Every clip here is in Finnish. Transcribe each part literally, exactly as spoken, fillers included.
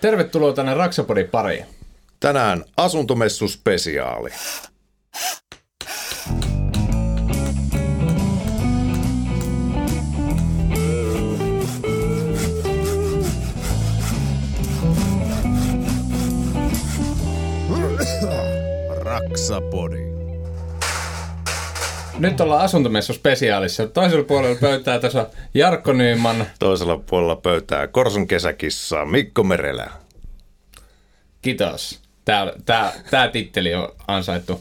Tervetuloa tänne Raksapodin pariin. Tänään asuntomessuspesiaali. Raksapodi. Nyt ollaan asuntomessuspesiaalissa. Toisella puolella pöytää tässä on Jarkko Nyman. Toisella puolella pöytää Korson kesäkissa Mikko Merelä. Kiitos. Tää, tää, tää titteli on ansaittu.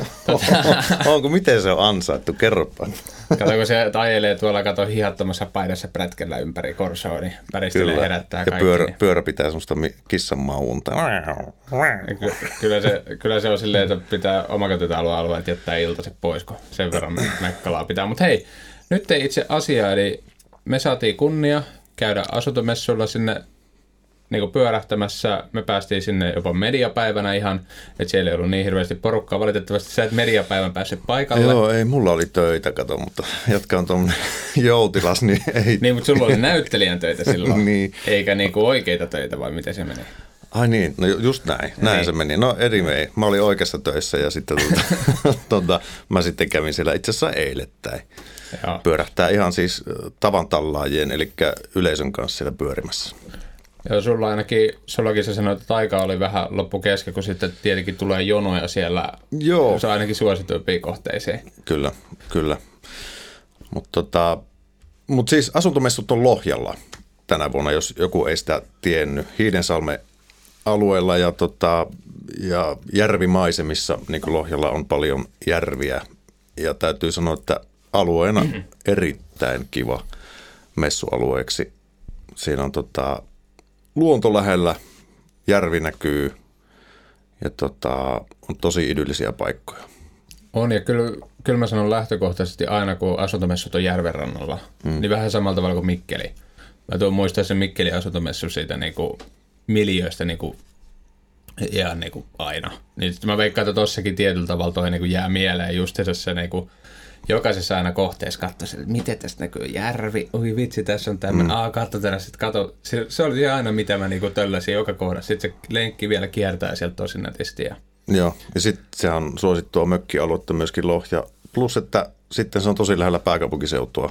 Onko, miten se on ansaittu? Kerropa. Kato, kun se ajelee tuolla, kato hihattomassa paidassa prätkellä ympäri Korsoa, niin väristelee herättää kaikki. Ja pyörä, pyörä pitää semmoista kissan maunta. Ky- kyllä, se, kyllä se on silleen, että pitää omakotitaloalueet jättää iltaiset pois, kun sen verran me mekkalaa pitää. Mutta hei, nyt ei itse asiaa, eli me saatiin kunnia käydä asuntomessuilla sinne niin pyörähtämässä. Me päästiin sinne jopa mediapäivänä ihan, että siellä ei ollut niin hirveästi porukkaa. Valitettavasti sä et mediapäivän päässyt paikalle. Joo, ei mulla oli töitä, kato, mutta jatka on tuommoinen joutilas, niin ei. Niin, mutta sulla oli näyttelijän töitä silloin, niin. Eikä niinku oikeita töitä, vai miten se meni? Ai niin, no just näin, näin niin. Se meni. No anyway, mä olin oikeassa töissä ja sitten tuota, tuota, mä sitten kävin siellä itse asiassa eilettäin. Joo. Pyörähtää ihan siis tavan tallaajien, eli yleisön kanssa siellä pyörimässä. Joo, sulla ainakin, sullakin sä sanoit, että aika oli vähän loppu kesken, kun sitten tietenkin tulee jonoja siellä. Joo. Se on ainakin suosituimpia kohteisiin. Kyllä, kyllä. Mutta tota, mut siis asuntomessut on Lohjalla tänä vuonna, jos joku ei sitä tiennyt. Hiidensalmen alueella ja, tota, ja järvimaisemissa, niin kuin Lohjalla on paljon järviä. Ja täytyy sanoa, että alueena mm-hmm. erittäin kiva messualueeksi. Siinä on tota... luonto lähellä, järvi näkyy ja tota, on tosi idyllisiä paikkoja. On ja kyllä, kyllä mä sanon lähtökohtaisesti aina, kun asuntomessut on järvenrannalla, mm. niin vähän samalla tavalla kuin Mikkeli. Mä tuon muistaa sen Mikkelin asuntomessu siitä niinku miljöistä niinku, ihan niinku aina. Niin mä veikkaan, että tossakin tietyllä tavalla toi niinku jää mieleen just se niinku, jokaisessa aina kohteessa katsoisi, että miten tästä näkyy järvi, oi vitsi, tässä on tämmöinen, mm. aa katso tänä, sitten katso, se, se oli aina mitä mä niinku tölläsin joka kohdassa, sitten se lenkki vielä kiertää sieltä tosi nätisti. Ja... Joo, ja sitten sehän on suosittua mökkialuetta myöskin Lohja, plus että sitten se on tosi lähellä pääkaupunkiseutua.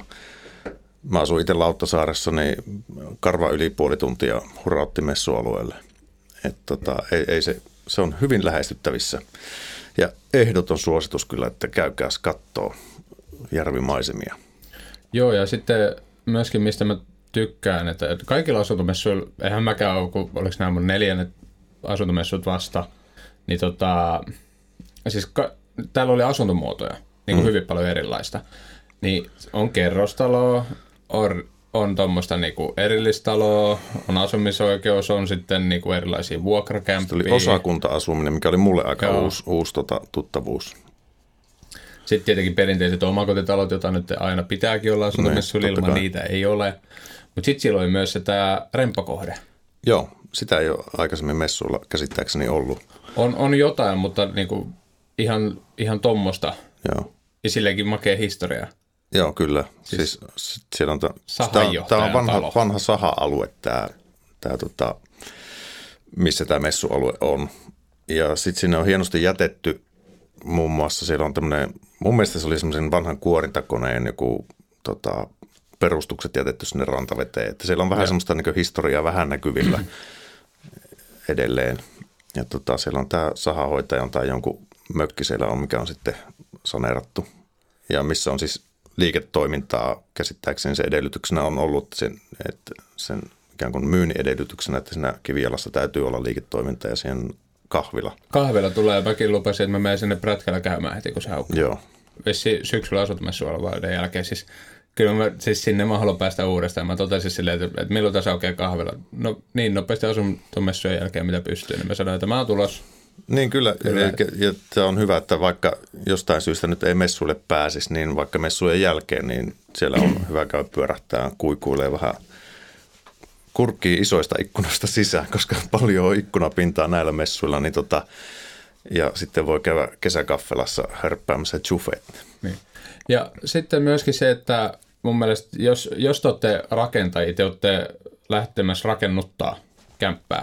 Mä asun itse Lauttasaaressa, niin karva yli puoli tuntia hurautti messualueelle. Että tota, ei, ei se, se on hyvin lähestyttävissä. Ja ehdoton suositus kyllä, että käykääs kattoo järvimaisemia. Joo, ja sitten myöskin mistä mä tykkään, että kaikilla asuntomessuilla, eihän mäkään ole, kun oliko nämä mun neljännet asuntomessut vasta, niin tota, siis ka, täällä oli asuntomuotoja, niin kuin mm. hyvin paljon erilaista. Niin on kerrostaloa, on, on tuommoista niinku erillistaloa, on asumisoikeus, on sitten niinku erilaisia vuokrakämppiä. Sitten oli osakunta-asuminen, mikä oli mulle aika Joo. uusi, uusi tota, tuttavuus. Sitten tietenkin perinteiset omakotitalot, joita nyt aina pitääkin olla asuntomessuilla, ilman niitä ei ole. Mutta sitten siellä oli myös se tämä remppakohde. Joo, sitä ei ole aikaisemmin messuilla käsittääkseni ollut. On, on jotain, mutta niinku ihan, ihan tommosta. Joo. Ja silläkin makea historia. Joo, kyllä. Siis, siis siellä on, tämä on vanha, vanha saha-alue, tämä, tämä, tota, missä tämä messualue on. Ja sitten sinne on hienosti jätetty, muun muassa siellä on tämmöinen, mun mielestä se oli semmoisen vanhan kuorintakoneen joku tota, perustukset jätetty sinne rantaveteen. Että siellä on vähän ja. semmoista niin kuin historiaa vähän näkyvillä edelleen. Ja tota, siellä on tämä sahahoitajan tai jonkun mökki siellä on, mikä on sitten saneerattu. Ja missä on siis liiketoimintaa, käsittääkseni se edellytyksenä on ollut sen, että sen ikään kuin myynnin edellytyksenä, että siinä Kivijalassa täytyy olla liiketoiminta ja siihen kahvila. Kahvila tulee, mäkin lupasin, että mä menen sinne prätkällä käymään heti, kun se aukeaa. Joo. Vessi syksyllä asuntomessualueiden jälkeen, siis kyllä mä siis sinne mä haluan päästä uudestaan. Mä totesin silleen, että, että milloin tässä aukeaa kahvila. No niin nopeasti asuntomessujen jälkeen, mitä pystyy, niin mä sanoin, että mä oon tulos. Niin kyllä, kyllä. Ja, ja on hyvä, että vaikka jostain syystä nyt ei messuille pääsisi, niin vaikka messujen jälkeen, niin siellä on hyvä käydä pyörähtää, kuikuilee vähän kurkkii isoista ikkunoista sisään, koska paljon on ikkunapintaa näillä messuilla, niin tota, ja sitten voi käydä kesäkaffelassa härppäämässä chufet. Niin. Ja sitten myöskin se, että mun mielestä, jos, jos te olette rakentajia, te olette lähtemässä rakennuttaa kämppää,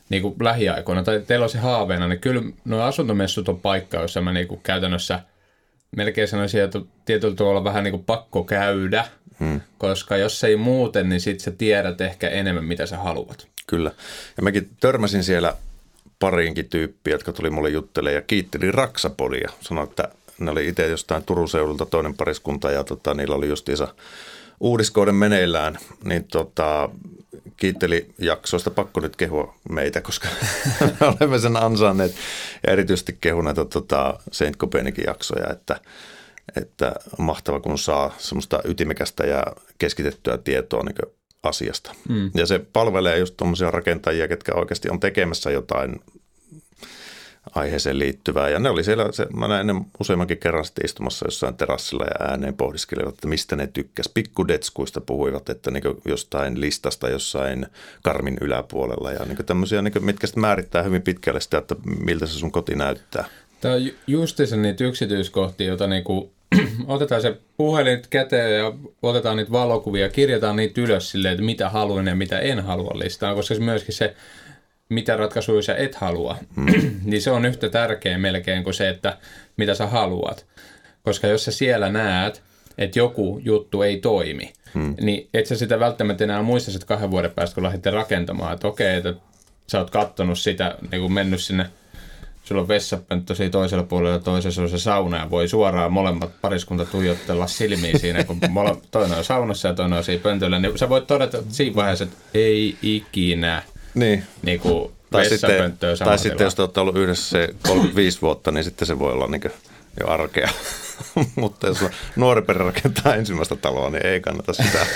niin kuin lähiaikoina, tai teillä on se haaveena, niin kyllä nuo asuntomessut on paikka, jossa mä niin kuin käytännössä melkein sanoisin, että tietyllä tavalla vähän niin kuin pakko käydä, hmm. koska jos ei muuten, niin sit sä tiedät ehkä enemmän, mitä sä haluat. Kyllä. Ja mäkin törmäsin siellä pariinkin tyyppiä, jotka tuli mulle juttelemaan ja kiitteli Raksapodia. Sanoi, että ne oli itse jostain Turun seudulta toinen pariskunta ja tota, niillä oli justiinsa uudiskouden meneillään, niin tota, kiitteli jaksoista, pakko nyt kehua meitä, koska olemme sen ansaanneet ja erityisesti kehu näitä tota, Saint Copenhagen jaksoja, että, että on mahtava, kun saa semmoista ytimekästä ja keskitettyä tietoa niin kuin asiasta. Mm. Ja se palvelee just tuommoisia rakentajia, ketkä oikeasti on tekemässä jotain aiheeseen liittyvää. Ja ne oli siellä, se, mä näin ennen useammankin kerran sitten istumassa jossain terassilla ja ääneen pohdiskelivat, että mistä ne tykkäs. Pikkudetskuista puhuivat, että niin jostain listasta jossain karmin yläpuolella ja niin tämmöisiä, niin mitkä sitten määrittää hyvin pitkälle sitä, että miltä se sun koti näyttää. Tämä on justiinsa niitä yksityiskohtia, joita niinku otetaan se puhelin käteen ja otetaan niitä valokuvia, kirjataan niitä ylös silleen, että mitä haluan ja mitä en halua listaan, koska se myöskin se, mitä ratkaisuja sä et halua, mm. niin se on yhtä tärkeä melkein kuin se, että mitä sä haluat. Koska jos sä siellä näet, että joku juttu ei toimi, mm. niin et sä sitä välttämättä enää muista sit kahden vuoden päästä, kun lähdette rakentamaan, että okei, että sä oot kattonut sitä, niin kun mennyt sinne, sulla on vessapönttö siinä toisella puolella ja toisessa on se sauna ja voi suoraan molemmat pariskunta tuijotella silmiin siinä, kun mole, toinen on saunassa ja toinen on siinä pöntöllä, niin sä voit todeta siinä vaiheessa, että ei ikinä niin. Niin kuin tai sitten, tai sitten jos te olette ollut yhdessä se kolmekymmentäviisi vuotta, niin sitten se voi olla niin jo arkea. Mutta jos nuori perhe rakentaa ensimmäistä taloa, niin ei kannata sitä.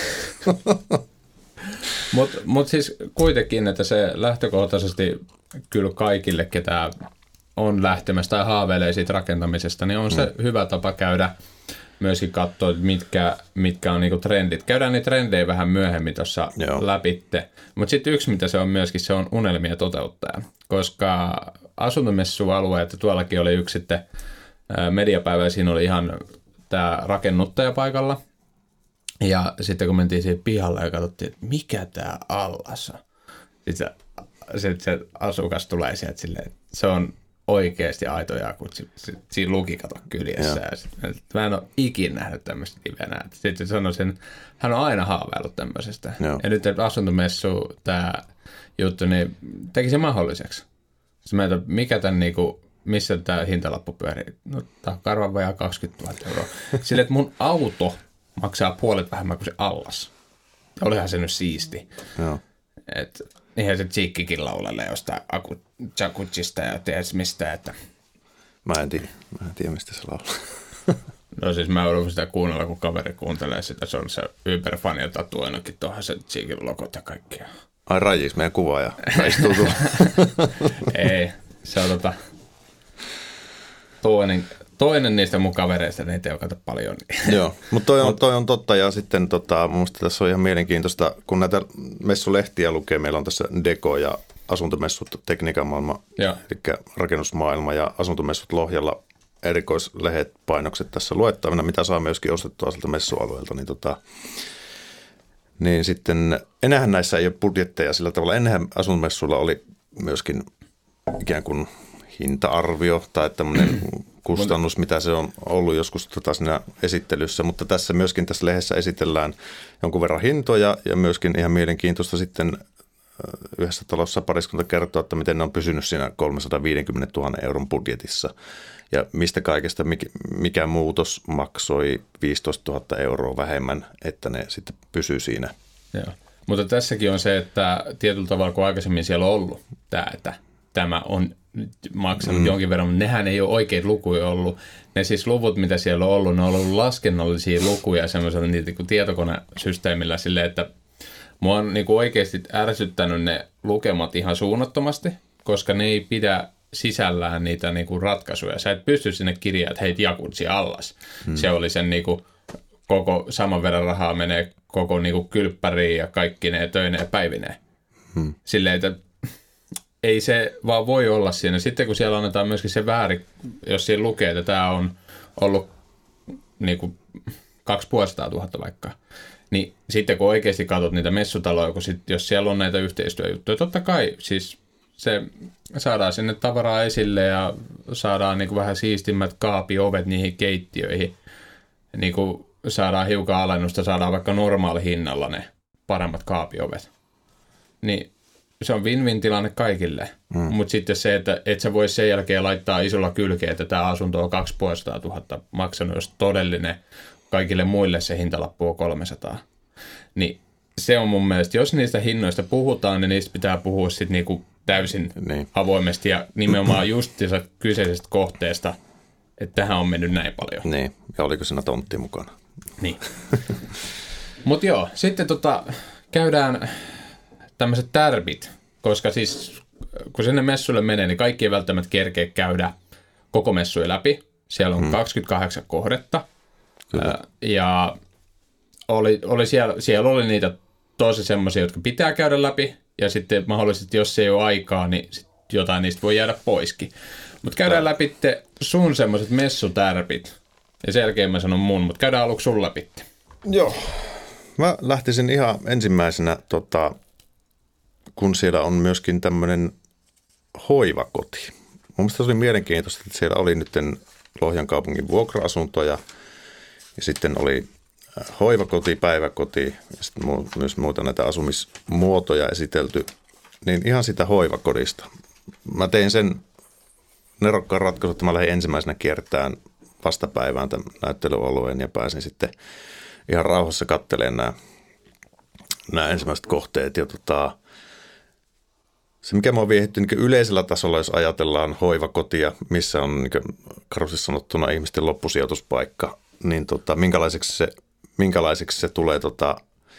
Mutta mut siis kuitenkin, että se lähtökohtaisesti kyllä kaikille, ketä on lähtemässä tai haaveilee siitä rakentamisesta, niin on se mm. hyvä tapa käydä myöskin katsoa, mitkä, mitkä on niinku trendit. Käydään niitä trendejä vähän myöhemmin tuossa läpitte. Mutta sitten yksi, mitä se on myöskin, se on unelmia toteuttaja. Koska asuntomessualueet, tuollakin oli yksi sitten mediapäivä, ja siinä oli ihan tämä rakennuttaja paikalla. Ja sitten kun mentiin siihen pihalle ja katsottiin, että mikä tämä allas on. Sitten se, sit se asukas tulee sieltä silleen, että se on oikeasti aito jakutsi. Siinä luki kato kyljessä. Ja sit, mä en ole ikinä nähnyt tämmöistä livenä. Sitten sanoisin, että hän on aina haaveillut tämmöisestä. Joo. Ja nyt asuntomessu, tämä juttu, niin teki se mahdolliseksi. Sitten mä ajattelin, mikä tämän niinku, missä tämä hintalappu pyörii? No, tämä on karvan vajaa kaksikymmentätuhatta euroa. Silleen, että mun auto maksaa puolet vähemmän kuin se allas. Olihan se nyt siisti. Joo. Että niinhän se Tsikkikin laulelee jostain jacuzzista ja ties mistä, että Mä en tiedä, mä en tiedä mistä se laulaa. No siis mä odotan sitä kuunnella, kun kaveri kuuntelee sitä. Se on se Uber-fani, jota tuonutkin tuohon se Tsikin logot ja kaikkea. Ai Rajis, meidän kuvaaja. Istuu tuolla. Ei, se on tota toinen, toinen niistä mun kavereista, niitä ei ole kato paljon. Niin. Joo, mutta toi, on, toi on totta ja sitten tota, mun mielestä tässä on ihan mielenkiintoista, kun näitä messulehtiä lukee, meillä on tässä Deko ja asuntomessut, tekniikan maailma, Joo. eli rakennusmaailma ja asuntomessut Lohjalla, erikoislehet, painokset tässä luettavina, mitä saa myöskin ostettua sieltä messualueelta, niin, tota, niin sitten enäähän näissä ei ole budjetteja sillä tavalla. Ennenhän asuntomessuilla oli myöskin ikään kuin hinta-arvio tai tämmöinen kustannus, mitä se on ollut joskus tota siinä esittelyssä, mutta tässä myöskin tässä lehdessä esitellään jonkun verran hintoja ja myöskin ihan mielenkiintoista sitten yhdessä talossa pariskunta kertoo, että miten ne on pysynyt siinä kolmesataaviisikymmentätuhatta euron budjetissa ja mistä kaikesta mikä muutos maksoi viisitoistatuhatta euroa vähemmän, että ne sitten pysyy siinä. Joo. Mutta tässäkin on se, että tietyllä tavalla kun aikaisemmin siellä on ollut tämä, että tämä on maksanut mm. jonkin verran, mutta nehän ei ole oikeita lukuja ollut. Ne siis luvut, mitä siellä on ollut, ne on ollut laskennallisia lukuja semmoisella niitä kuin tietokonesysteemillä silleen, että mua on niin kuin oikeasti ärsyttänyt ne lukemat ihan suunnattomasti, koska ne ei pidä sisällään niitä niin kuin ratkaisuja. Sä et pysty sinne kirjaan, että hei, jakutsi allas. Hmm. Se oli sen niin kuin, koko saman verran rahaa menee koko niin kuin kylppäriin ja kaikki ne töineen päivineen. Hmm. Silleen, että ei se vaan voi olla siinä. Sitten kun siellä annetaan myöskin se väärin, jos siinä lukee, että tämä on ollut niin kuin kaksituhattaviisisataa tuhatta vaikka, niin sitten kun oikeasti katsot niitä messutaloja, kun sit, jos siellä on näitä yhteistyöjuttuja, totta kai siis se saadaan sinne tavaraa esille ja saadaan niin kuin vähän siistimmät kaapiovet niihin keittiöihin. Niin kuin saadaan hiukan alennusta, saadaan vaikka normaali hinnalla ne paremmat kaapiovet. Niin se on win-win tilanne kaikille. Mm. Mutta sitten se, että et sä voi sen jälkeen laittaa isolla kylkeen, että tämä asunto on kaksisataaviisikymmentätuhatta maksanut, jos todellinen kaikille muille se hintalappu on kolmesataa. Niin se on mun mielestä, jos niistä hinnoista puhutaan, niin niistä pitää puhua sitten niinku täysin niin avoimesti ja nimenomaan justiinsa kyseisestä kohteesta, että tähän on mennyt näin paljon. Niin, ja oliko siinä tontti mukana? Niin. Mutta joo, sitten tota, käydään tämmöiset tärpit, koska siis kun sinne messuille menee, niin kaikki ei välttämättä kerkeä käydä koko messuja läpi. Siellä on hmm. kaksikymmentäkahdeksan kohdetta. Kyllä. Ja oli, oli siellä, siellä oli niitä tosi semmoisia, jotka pitää käydä läpi. Ja sitten mahdollisesti, jos ei ole aikaa, niin sit jotain niistä voi jäädä poiskin. Mutta käydään Tää. läpi sun semmoiset messutärpit. Ja sen jälkeen mä sanon mun, mutta käydään aluksi sun läpi. Joo. Mä lähtisin ihan ensimmäisenä, tota, kun siellä on myöskin tämmöinen hoivakoti. Mun mielestä se oli mielenkiintoista, että siellä oli nyt Lohjan kaupungin vuokra-asuntoja ja sitten oli hoivakoti, päiväkoti ja sitten myös muuta näitä asumismuotoja esitelty. Niin ihan sitä hoivakodista. Mä tein sen nerokkaan ratkaisun, että mä lähdin ensimmäisenä kiertämään vastapäivään tämän näyttelyalueen ja pääsin sitten ihan rauhassa katselemaan nämä, nämä ensimmäiset kohteet. Ja tota, se, mikä mä oon viehitty niin yleisellä tasolla, jos ajatellaan hoivakotia, missä on niin karusti sanottuna ihmisten loppusijoituspaikka, niin tota, minkälaiseksi, se, minkälaiseksi se tulee tota,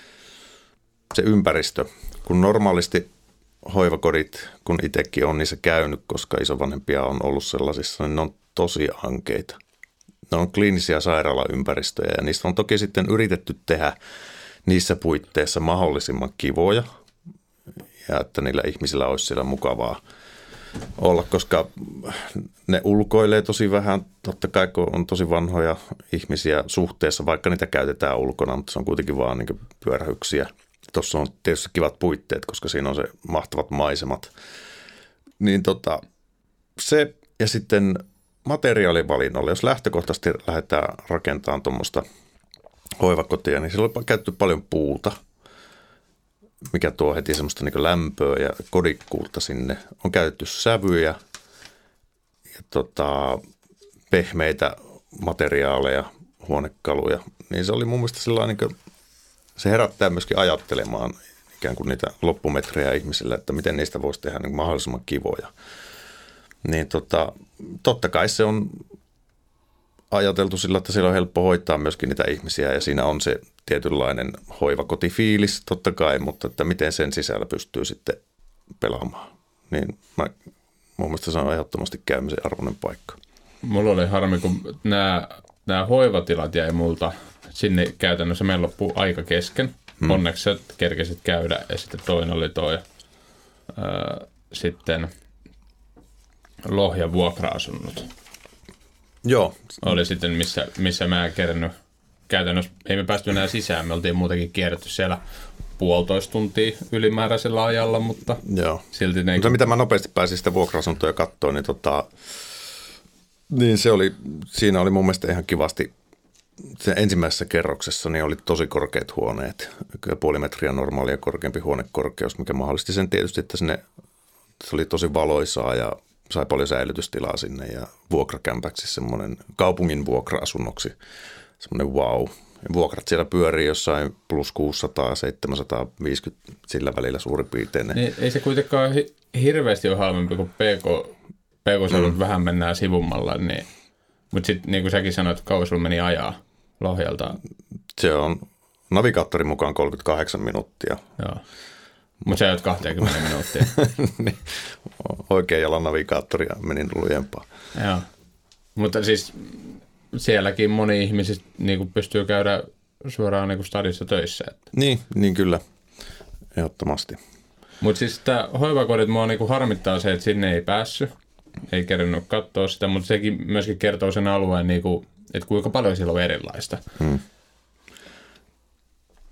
se ympäristö. Kun normaalisti hoivakodit, kun itsekin on niissä käynyt, koska isovanhempia on ollut sellaisissa, niin ne on tosi ankeita. Ne on kliinisiä sairaalaympäristöjä ja niistä on toki sitten yritetty tehdä niissä puitteissa mahdollisimman kivoja ja että niillä ihmisillä olisi siellä mukavaa olla, koska ne ulkoilee tosi vähän. Totta kai on tosi vanhoja ihmisiä suhteessa, vaikka niitä käytetään ulkona, mutta se on kuitenkin vaan niin pyörähyksiä. Tuossa on tietysti kivat puitteet, koska siinä on se mahtavat maisemat. Niin tota, se ja sitten materiaalivalinnolle, jos lähtökohtaisesti lähdetään rakentamaan tuommoista hoivakotia, niin siellä on käytetty paljon puuta, mikä tuo heti semmoista niin kuin lämpöä ja kodikkuutta sinne. On käytetty sävyjä ja tota, pehmeitä materiaaleja, huonekaluja. Niin se oli mun mielestä sellainen, niin kuin, se herättää myöskin ajattelemaan ikään kuin niitä loppumetrejä ihmisille, että miten niistä voisi tehdä niin mahdollisimman kivoja. Niin tota, totta kai se on ajateltu sillä, että siellä on helppo hoitaa myöskin niitä ihmisiä ja siinä on se tietynlainen hoivakotifiilis totta kai, mutta että miten sen sisällä pystyy sitten pelaamaan. Niin mä, mun mielestä se on ehdottomasti käymisen arvoinen paikka. Mulla oli harmi, kun nämä, nämä hoivatilat jäi multa sinne käytännössä. Meillä loppuu aika kesken. Hmm. Onneksi sä kerkesit käydä ja sitten toinen oli toi ää, sitten Lohjan vuokra-asunnot. Joo. Oli sitten, missä, missä mä en kerännyt. Käytännössä ei me päästy enää sisään. Me oltiin muutenkin kierretty siellä puolitoista tuntia ylimääräisellä ajalla, mutta joo. Silti ne... Mutta mitä mä nopeasti pääsin sitä vuokra-asuntoja katsoa, niin, tota, niin se oli, siinä oli mun mielestä ihan kivasti. Sen ensimmäisessä kerroksessa niin oli tosi korkeat huoneet. Puoli metriä normaalia korkeampi huonekorkeus, mikä mahdollisti sen tietysti, että sinne, se oli tosi valoisaa ja sai paljon säilytystilaa sinne ja vuokrakämpäksi semmoinen kaupungin vuokra-asunnoksi. Semmoinen wow. Ja vuokrat siellä pyörii jossain plus kuusisataa seitsemänsataaviisikymmentä sillä välillä suurin piirtein. Niin, ei se kuitenkaan hi- hirveästi ole halvempi kuin P K. P K-seudut mm. vähän mennään sivummalla. Niin. Mutta sitten niin kuin säkin sanoit, että kauan sulla meni ajaa Lohjalta. Se on navigaattorin mukaan kolmekymmentäkahdeksan minuuttia. Joo. Mutta sä oot kaksikymmentä minuuttia. Niin, oikein jalan navigaattoria menin lujempaa. Joo. Mutta siis sielläkin moni ihmisistä niin pystyy käydä suoraan niin stadissa töissä. Että. Niin, niin kyllä. Ehdottomasti. Mutta siis tämä hoivakodit mua niin harmittaa se, että sinne ei päässyt. Ei kerännyt katsoa sitä, mutta sekin myöskin kertoo sen alueen, niin kuin, että kuinka paljon siellä on erilaista. Hmm.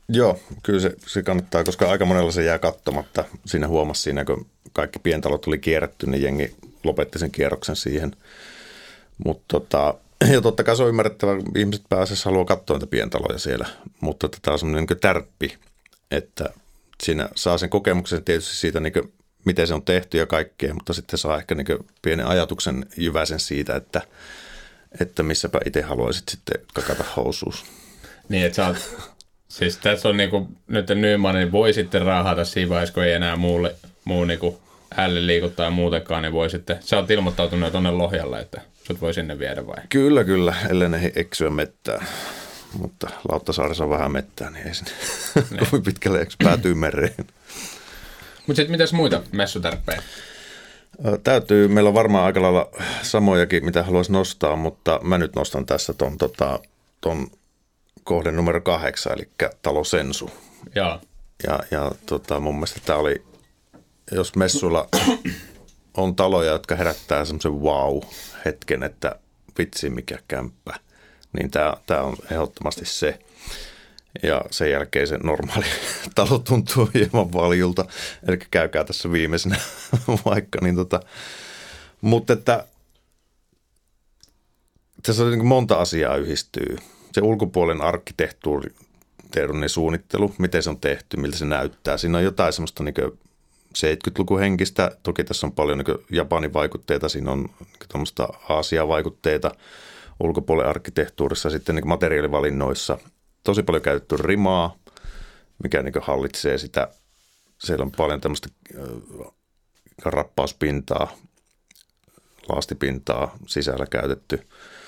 Joo, kyllä se, se kannattaa, koska aika monella se jää katsomatta. Siinä huomasi siinä, kun kaikki pientalot oli kierretty, niin jengi lopetti sen kierroksen siihen. Mutta tota, ja totta kai se on ymmärrettävä, ihmiset pääasiassa haluaa katsoa niitä pientaloja siellä, mutta tämä on semmoinen niin tärppi, että siinä saa sen kokemuksen tietysti siitä, niin kuin, miten se on tehty ja kaikkea, mutta sitten saa ehkä niin kuin pienen ajatuksen jyväisen siitä, että, että missäpä itse haluaisit sitten kakata housuus. Niin, että sä oot, siis tässä on niin kuin, nyt Nymanin voi sitten raahata siinä vaiheessa, kun ei enää muulle, muu niin kuin älli liikuttaa ja muutenkaan, niin voi sitten, sä oot ilmoittautunut tuonne Lohjalle, että sut voi sinne viedä vai? Kyllä, kyllä, ellei ne eksyä mettään. Mutta Lauttasaaressa on vähän mettää, niin ei sinne kovin pitkälle päätyy mereen. Mutta sitten mitäs muita messutärppejä? Täytyy, meillä on varmaan aika lailla samojakin, mitä haluaisi nostaa, mutta mä nyt nostan tässä ton, tota, ton kohden numero kahdeksan, eli Talo Sensu. Jaa. Ja, ja tota, mun mielestä tämä oli, jos messuilla on taloja, jotka herättää semmoisen wow-hetken, että vitsi mikä kämppä, niin tämä, tämä on ehdottomasti se. Ja sen jälkeen se normaali talo tuntuu hieman valjulta, eli käykää tässä viimeisenä vaikka. Niin tota. Mutta että tässä on niin monta asiaa yhdistyy. Se ulkopuolen arkkitehtuuri, tehdonnin suunnittelu, miten se on tehty, miltä se näyttää. Siinä on jotain semmoista niin seitsemänkymmentäluvun henkistä. Toki tässä on paljon niin Japanin vaikutteita, siinä on tuommoista Aasian vaikutteita ulkopuolen arkkitehtuurissa, sitten niin materiaalivalinnoissa. Tosi paljon käytetty rimaa, mikä niin hallitsee sitä. Siellä on paljon tämmöistä rappauspintaa, laastipintaa sisällä käytetty.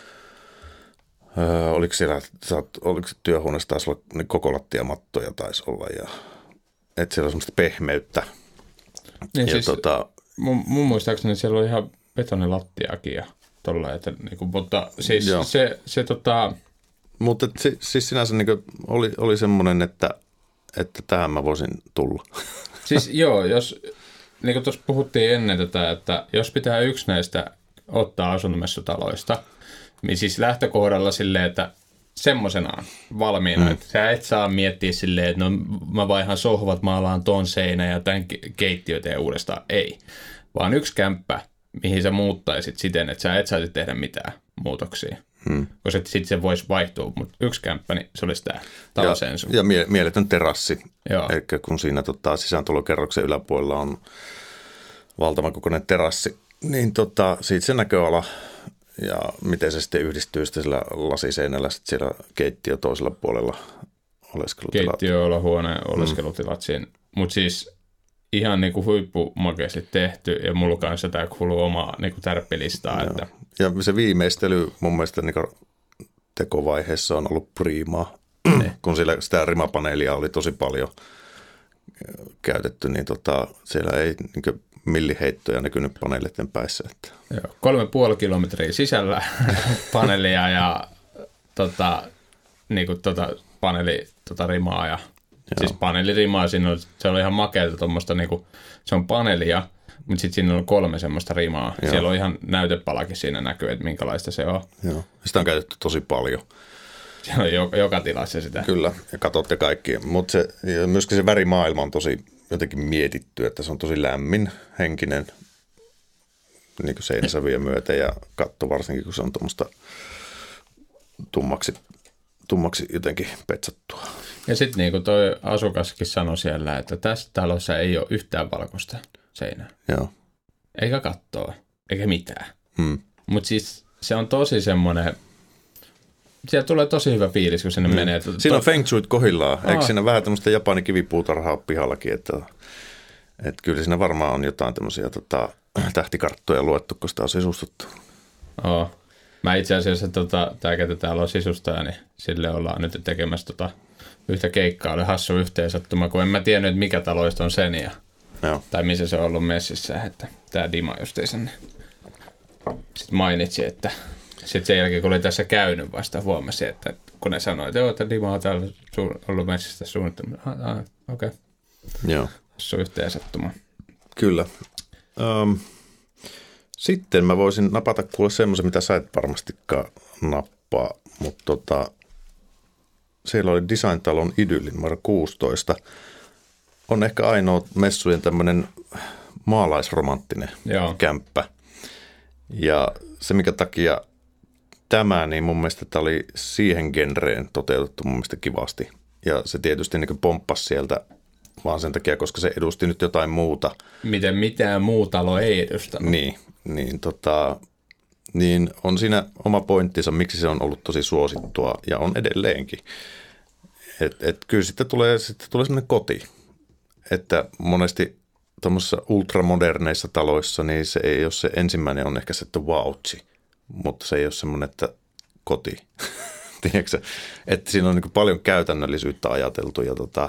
Öö, oliko siellä, oliko työhuoneessa taisi olla, niin koko lattiamattoja taisi olla, ja että siellä on semmoista pehmeyttä. Niin ja siis tota, mun, mun muistaakseni siellä on ihan betonilattiakin ja tolla, että niin kuin, mutta siis joo. se, se tota... Mutta si, siis sinänsä niin kuin oli, oli semmoinen, että, että tähän mä voisin tulla. Siis joo, jos, niin kuin tuossa puhuttiin ennen tätä, että jos pitää yksi näistä ottaa asuntomessutaloista, niin siis lähtökohdalla silleen, että semmoisenaan valmiina, mm. että sä et saa miettiä silleen, että no mä vaihan sohvat, maalaan ton seinä ja tämän keittiö teen uudestaan. Ei, vaan yksi kämppä, mihin sä muuttaisit siten, että sä et saisi tehdä mitään muutoksia. Hmm. Koska sitten se voisi vaihtua, mutta yksi kämppä, niin se olisi tämä Talo Sensu. Ja, ja mie- mieletön terassi. Eli kun siinä tota, sisääntulokerroksen yläpuolella on valtavan kokoinen terassi, niin tota, siitä se näköala ja miten se sitten yhdistyy sitten sillä lasiseinällä sitten siellä keittiö toisella puolella oleskelutilat. Keittiö, olohuone, oleskelutilat hmm. siinä. Mutta siis ihan niinku huippumakeasti tehty ja mulla kanssa tämä kuuluu omaa niinku tärppilistaa. Että. Ja se viimeistely mun mielestä niinku tekovaiheessa on ollut priimaa, kun siellä sitä rimapaneelia oli tosi paljon käytetty, niin tota, siellä ei niinku milliheittoja näkynyt paneeleiden päissä. Että. Joo, kolme puoli kilometriä sisällä paneelia ja tota, niinku, tota, paneeli tota, rimaa ja joo. Siis paneelirimaa, siinä on, se on ihan makeata tuommoista, niinku, se on paneelia, mutta sitten siinä on kolme semmoista rimaa. Joo. Siellä on ihan näytepalakin siinä näkyy, että minkälaista se on. Joo. Sitä on käytetty tosi paljon. Siellä on joka, joka tilassa sitä. Kyllä, ja katsotte kaikki. Mutta myöskin se värimaailma on tosi jotenkin mietitty, että se on tosi lämmin, henkinen, niin kuin seinäsävyjä myöten ja katto varsinkin, kun se on tuommoista tummaksi, tummaksi jotenkin petsattua. Ja sitten niin kuin toi asukaskin sanoi siellä, että tässä talossa ei ole yhtään valkoista seinää. Joo. Eikä kattoa, eikä mitään. Hmm. Mutta siis se on tosi semmoinen, siellä tulee tosi hyvä fiilis, kun sinne hmm. menee. Siinä on feng shuit kohillaan. Aa. Eikö siinä vähän tämmöistä Japanin kivipuutarhaa pihallakin, että, että kyllä siinä varmaan on jotain tämmöisiä tota, tähtikarttoja luettu, kun sitä on sisustuttu. Oo. Mä itse asiassa, tota, tämä ketä täällä on sisustaja, niin sille ollaan nyt tekemässä tota, yhtä keikkaa. Oli hassu yhteensattuma, kun en mä tiennyt, että mikä taloista on sen ja, tai missä se on ollut messissä, että tämä Dima justiinsa. Sitten mainitsi, että sitten sen jälkeen, kun oli tässä käynyt vasta, huomasi, että kun ne sanoi, että joo, että Dima on täällä su- ollut messissä suunnittelemassa. Ah, ah, okei. Okay. Joo. Hassu yhteensattuma. Kyllä. Um. Sitten mä voisin napata kuule semmoisen, mitä sä et varmastikaan nappaa, mutta tota, siellä oli Design-talon Idyll numero kuusitoista. On ehkä ainoa messujen tämmöinen maalaisromanttinen Joo. kämppä. Ja se, mikä takia tämä, niin mun mielestä tämä oli siihen genreen toteutettu mun mielestä kivasti. Ja se tietysti niin pomppasi sieltä vaan sen takia, koska se edusti nyt jotain muuta. Miten mitään muu talo ei edustanut. Niin, niin, tota, niin on siinä oma pointtinsa, miksi se on ollut tosi suosittua ja on edelleenkin. Et, et kyllä sitten tulee, sitten tulee sellainen koti, että monesti tuommoisissa ultramoderneissa taloissa, niin se ei ole se ensimmäinen on ehkä se, että vautsi, mutta se ei ole semmoinen, että koti. Tiedätkö, että siinä on niin kuin paljon käytännöllisyyttä ajateltu ja, tota,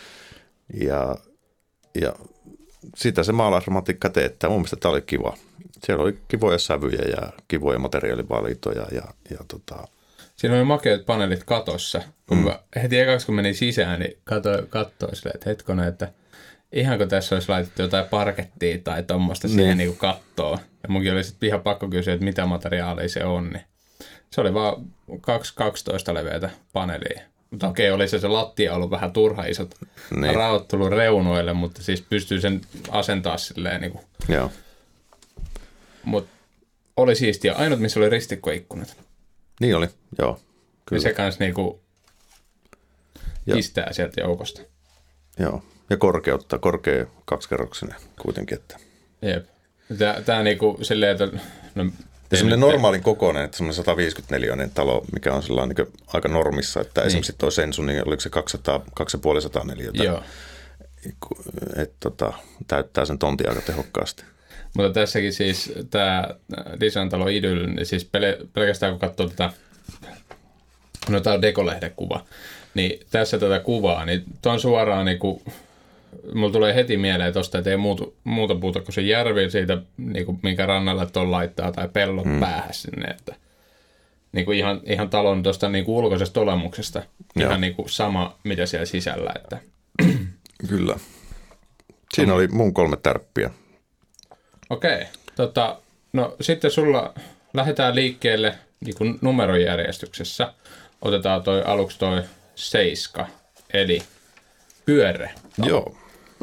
ja, ja sitä se maalaisromantiikka teettää. Mun mielestä tämä oli kiva. Siellä oli kivoja sävyjä ja kivoja materiaalivalintoja ja, ja tota. Siinä oli makeat paneelit katossa. Kun mm. heti ekaksi kun menin sisään, niin katsoin, katsoin silleen, että hetkonen, että ihanko tässä olisi laitettu jotain parkettia tai tuommoista niin. siihen niin kattoon. Ja munkin oli sitten ihan pakko kysyä, että mitä materiaalia se on. Niin se oli vaan kaksi kaksitoista leveätä paneelia. Mutta okei, oli se se lattia ollut vähän turha isot niin. raot tullut reunoille, mutta siis pystyy sen asentaa silleen niin kuin. Joo. Mutta oli siistiä. Ainut, missä oli ristikkoikkunat. Niin oli, joo. Kyllä. Ja se kanssa niinku pistää sieltä joukosta. Joo, ja korkeutta, korkea kaksikerroksinen kuitenkin. Että. Jep. Tää, tää niinku silleen, että. No, semmoinen normaalin kokoinen, että semmoinen sata viisikymmentäneljäinen talo, mikä on sellainen niin aika normissa, että niin. Esimerkiksi toi Sensu, niin oliko se kaksisataa, kaksisataaviisikymmentä neliötä. Joo. Että tota, täyttää sen tontin aika tehokkaasti. Mutta tässäkin siis tämä Design-talo Idyll, niin siis pel- pelkästään kun katsoo tätä, no tämä on Dekolehden kuva, niin tässä tätä kuvaa, niin tuon suoraan niin kuin, mulla tulee heti mieleen tuosta, että ei muutu, muuta puuta kuin se järvi siitä, niin kuin, minkä rannalla tuon laittaa, tai pellot mm. päähän sinne, että niin kuin ihan, ihan talon tuosta niin kuin ulkoisesta olemuksesta, Joo. ihan niin kuin sama, mitä siellä sisällä. Että. Kyllä. Siinä oli mun kolme tärppiä. Okei. Tota, no sitten sulla lähdetään liikkeelle niin kuin numerojärjestyksessä. Otetaan toi aluksi toi seiska, eli pyörre. Joo.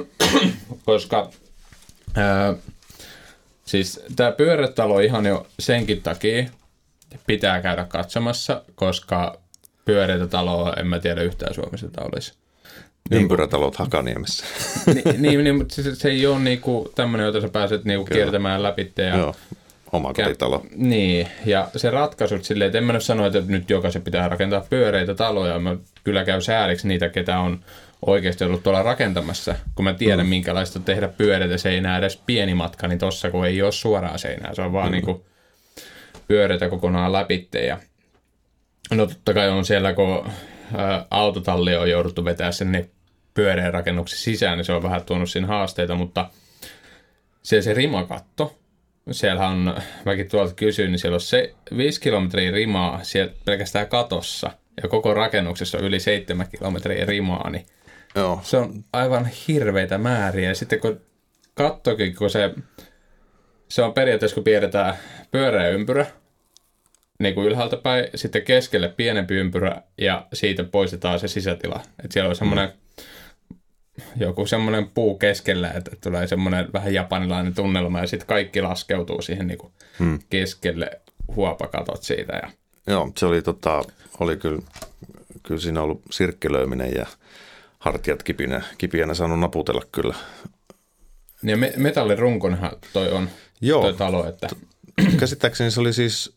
Koska ää, siis tämä pyörretalo ihan jo senkin takia pitää käydä katsomassa, koska pyöreitä taloa en mä tiedä yhtään Suomessa, että olisi. Ympyrätalot Hakaniemessä. niin, niin, niin, mutta se, se ei ole niinku tämmöinen, jota sä pääset niinku kiertämään läpi. Ja Joo, oma kotitalo. Niin, ja se ratkaisut silleen, että en mä nyt sano, että nyt jokaisen pitää rakentaa pyöreitä taloja. Mä kyllä käy sääliksi niitä, ketä on oikeasti ollut tuolla rakentamassa. Kun mä tiedän, mm. minkälaista tehdä pyöreitä seinää edes pieni matka, niin tossa kun ei ole suoraa seinää. Se on vaan mm. niinku pyöreitä kokonaan läpi. Ja no totta kai on siellä, kun ä, autotalli on jouduttu vetää sen pyöreän rakennuksen sisään, niin se on vähän tuonut siinä haasteita, mutta siellä se rimakatto, siellä on, mäkin tuolta kysyin, niin siellä on se viisi kilometriä rimaa siellä pelkästään katossa, ja koko rakennuksessa on yli seitsemän kilometriä rimaa, niin Joo. se on aivan hirveitä määriä, ja sitten kun kattokin, kun se, se on periaatteessa, kun piirretään pyöreä ympyrä, niin kuin ylhäältä päin, sitten keskelle pienempi ympyrä, ja siitä poistetaan se sisätila, että siellä on semmoinen mm. joku semmoinen puu keskellä, että tulee semmoinen vähän japanilainen tunnelma ja sitten kaikki laskeutuu siihen niin kuin hmm. keskelle huopakatot siitä. Ja. Joo, se oli, tota, oli kyllä, kyllä siinä ollut sirkkelöiminen ja hartiat kipinä, kipiänä saanut naputella kyllä. Ja me, metallirunkonhan toi on Joo, toi talo. Että. Käsittääkseni se oli siis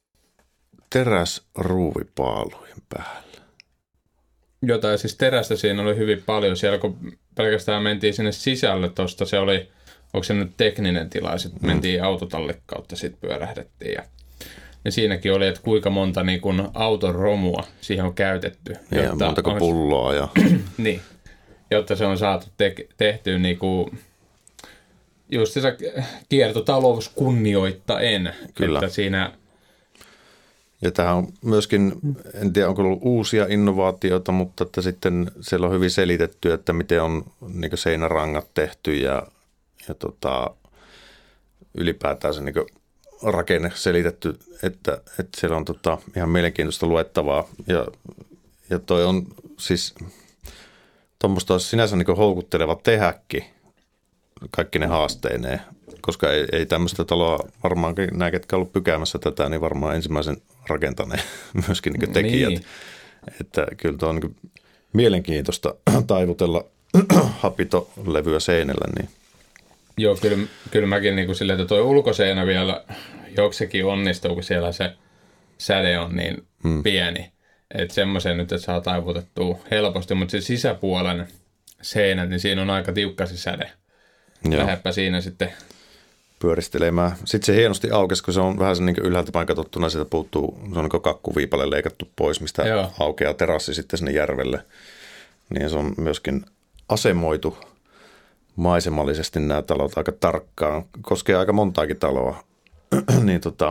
teräsruuvipaalujen päällä. Jotain, siis terästä siinä oli hyvin paljon. Siellä kun pelkästään mentiin sinne sisälle tuosta, se oli, onko se nyt tekninen tila, sitten mm. mentiin autotallin kautta, sitten pyörähdettiin. Ja, ja siinäkin oli, että kuinka monta niin kun auton romua siihen on käytetty. Ja jotta montako on, pulloa. Ja. niin, jotta se on saatu te- tehtyä niin kuin, just se kiertotalous kunnioittaen. Kyllä. Että siinä. Ja tähän on myöskin, en tiedä onko ollut uusia innovaatioita, mutta että sitten siellä on hyvin selitetty, että miten on niin kuin seinärangat tehty ja, ja tota, ylipäätään se niin kuin rakenne selitetty, että, että siellä on tota, ihan mielenkiintoista luettavaa. Ja ja toi on siis, tuommoista olisi sinänsä niin houkutteleva tehäkin, kaikki ne haasteineen, koska ei, ei tämmöistä taloa varmaankin nämä, ketkä on ollut pykäämässä tätä, niin varmaan ensimmäisen rakentaneen myöskin niin tekijät. Niin. Että kyllä tuo on niin mielenkiintoista taivutella hapitolevyä seinällä. Niin. Joo, kyllä, kyllä mäkin niin kuin silleen, että tuo ulkoseinä vielä joksikin onnistuu, kun siellä se säde on niin hmm. pieni. Että semmoisen nyt, että saa taivutettua helposti, mutta se sisäpuolen seinät, niin siinä on aika tiukka se säde. Lähdepä siinä sitten pyöristelemään. Sitten se hienosti aukesi, kun se on vähän niin ylhäältä päin katsottuna, sieltä puuttuu, se on niin kakkuviipale leikattu pois, mistä Joo. aukeaa terassi sitten sinne järvelle. Niin se on myöskin asemoitu maisemallisesti nämä talot aika tarkkaan. Koskee aika montaakin taloa. niin tota,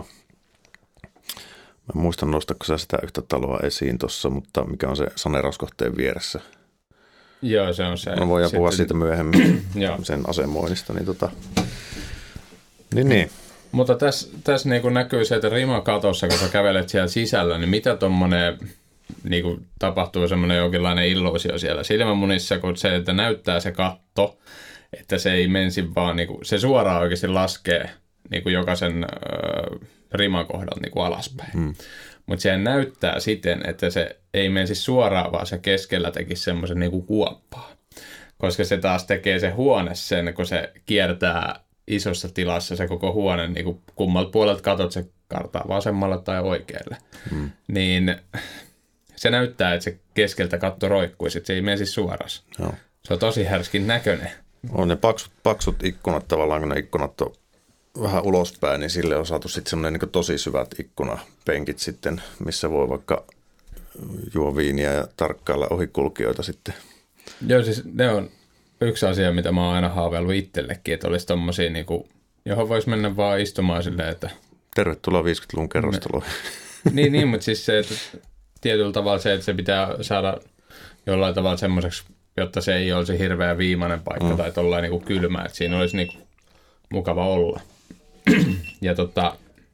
mä muistan nostatko sä sitä yhtä taloa esiin tuossa, mutta mikä on se saneerauskohteen vieressä. Joo, se on se. No voidaan puhua siitä myöhemmin sen asemoinnista. Niin, tota, niin, niin. Mutta tässä, tässä niin näkyy se, että rimakatossa, kun sä kävelet siellä sisällä, niin mitä tuommoinen niin tapahtuu semmoinen jonkinlainen illuusio siellä silmämunissa, kun se, että näyttää se katto, että se ei menisi vaan, niin kuin, se suoraan oikeasti laskee niin kuin jokaisen äh, rimakohdalta niin kuin alaspäin. Hmm. Mutta se näyttää siten, että se ei menisi suoraan, vaan se keskellä tekisi semmoisen niin kuin kuoppaa. Koska se taas tekee se huone sen, kun se kiertää isossa tilassa se koko huone, niin kuin kummalta puolelta katot se kartaa vasemmalle tai oikealle. Hmm. Niin se näyttää, että se keskeltä katto roikkuisi, että se ei mene siis suoraan. No. Se on tosi härskin näköinen. On ne paksut, paksut ikkunat tavallaan, kun ne ikkunat on vähän ulospäin, niin sille on saatu sitten semmoinen niin tosi syvät ikkunapenkit sitten, missä voi vaikka juo viiniä ja tarkkailla ohikulkijoita sitten. Joo, siis ne on yksi asia, mitä mä oon aina haaveillut itsellekin, että olisi tommosia, niin kuin, johon voisi mennä vaan istumaan silleen, että tervetuloa viisikymmentäluvun kerrostaloihin. niin, niin, mutta siis se, että tietyllä tavalla se, että se pitää saada jollain tavalla semmoiseksi, jotta se ei olisi hirveä viimeinen paikka mm. tai tollain niin kylmä, että siinä olisi niin kuin mukava olla. Ja tota,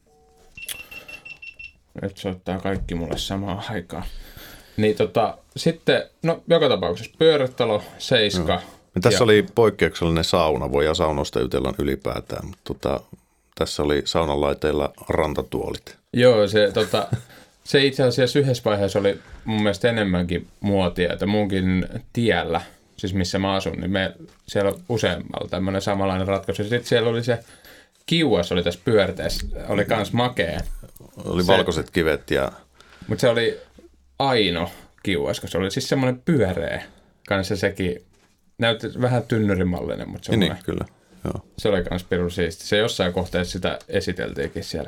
nyt soittaa kaikki mulle samaan aikaan. Niin tota, sitten, no joka tapauksessa pyörätalo, seiska. Ja tässä ja oli poikkeuksellinen sauna, voidaan saunosta jutellaan ylipäätään, mutta tota, tässä oli saunalaiteilla rantatuolit. Joo, se, tota, se itse asiassa yhdessä vaiheessa oli mun mielestä enemmänkin muotia, että munkin tiellä, siis missä mä asun, niin me, siellä on useammalla tämmöinen samanlainen ratkaisu. Sitten siellä oli se kiuas, oli tässä pyörteessä, oli kans makea. Oli se, valkoiset kivet ja mutta se oli aino kiuas, koska se oli siis semmoinen pyöreä kanssa sekin. Näytti vähän tynnyrimallinen, mutta se, niin, kyllä. Joo. Se oli kans pirun siisti. Se jossain kohteessa sitä esiteltiinkin siellä.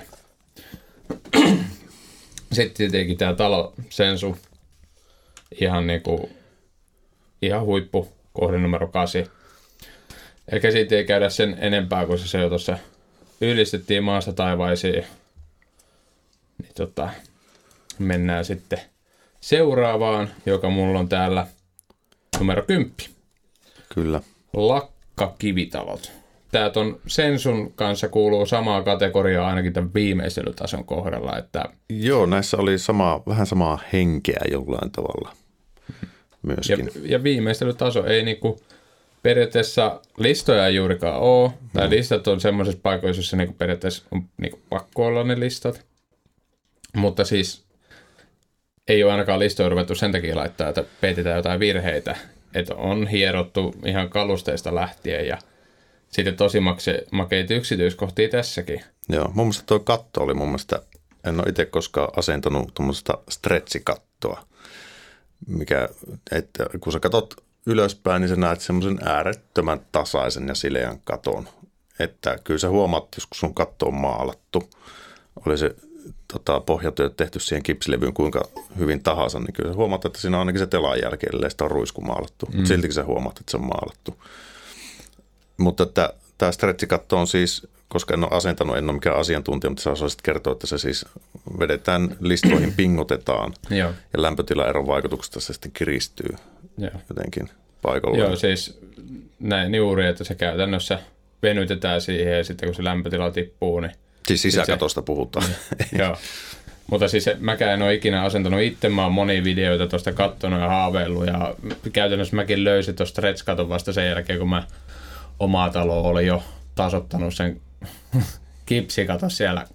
Sitten tietenkin tämä talo Sensu, ihan niinku, ihan huippu, kohde numero kasi. Eikä siitä ei käydä sen enempää, kun se jo tuossa ylistettiin maasta taivaisiin. Niin tota, mennään sitten seuraavaan, joka mulla on täällä numero kymmenen. Kyllä. Lakkakivitalot. Tää ton Sensun kanssa kuuluu samaa kategoriaa ainakin tämän viimeistelytason kohdalla. Että joo, näissä oli sama, vähän samaa henkeä jollain tavalla myöskin. Ja, ja viimeistelytaso ei niinku periaatteessa listoja ei juurikaan ole. Hmm. Tai listat on semmoisessa paikoissa, jossa niinku periaatteessa on niinku pakko olla ne listat. Mutta siis ei ole ainakaan listoja ruvettu sen takia laittaa, että peitetään jotain virheitä. Että on hierottu ihan kalusteista lähtien ja sitten tosi makse, makeita yksityiskohtia tässäkin. Joo, mun mielestä tuo katto oli mun mielestä, en ole itse koskaan asentanut tuommoista stretchikattoa, mikä, että kun sä katot ylöspäin, niin sä näet semmoisen äärettömän tasaisen ja sileän katon. Että kyllä sä huomaat, jos sun katto on maalattu, oli se tota, pohjatyöt tehty siihen kipsilevyyn kuinka hyvin tahansa, niin kyllä sä huomaat, että siinä on ainakin se telan jälkeen, ellei sitä on ruisku maalattu. Mm. Siltikin sä huomaat, että se on maalattu. Mutta että tämä stretchikatto on siis, koska en ole asentanut, en ole mikään asiantuntija, mutta sä osaisit kertoa, että se siis vedetään listoihin, pingotetaan ja lämpötilaeron vaikutuksesta se sitten kiristyy Joo. jotenkin paikalla. Joo, siis näin juuri, että se käytännössä venytetään siihen ja sitten kun se lämpötila tippuu, niin siis sisäkatosta se puhutaan. Joo, Mutta siis mäkään en ole ikinä asentanut itse, mä oon monia videoita tuosta kattonut ja haaveillut ja käytännössä mäkin löysin tuosta stretch-katon vasta sen jälkeen, kun mä omaa taloa olin jo tasottanut sen kipsikaton siellä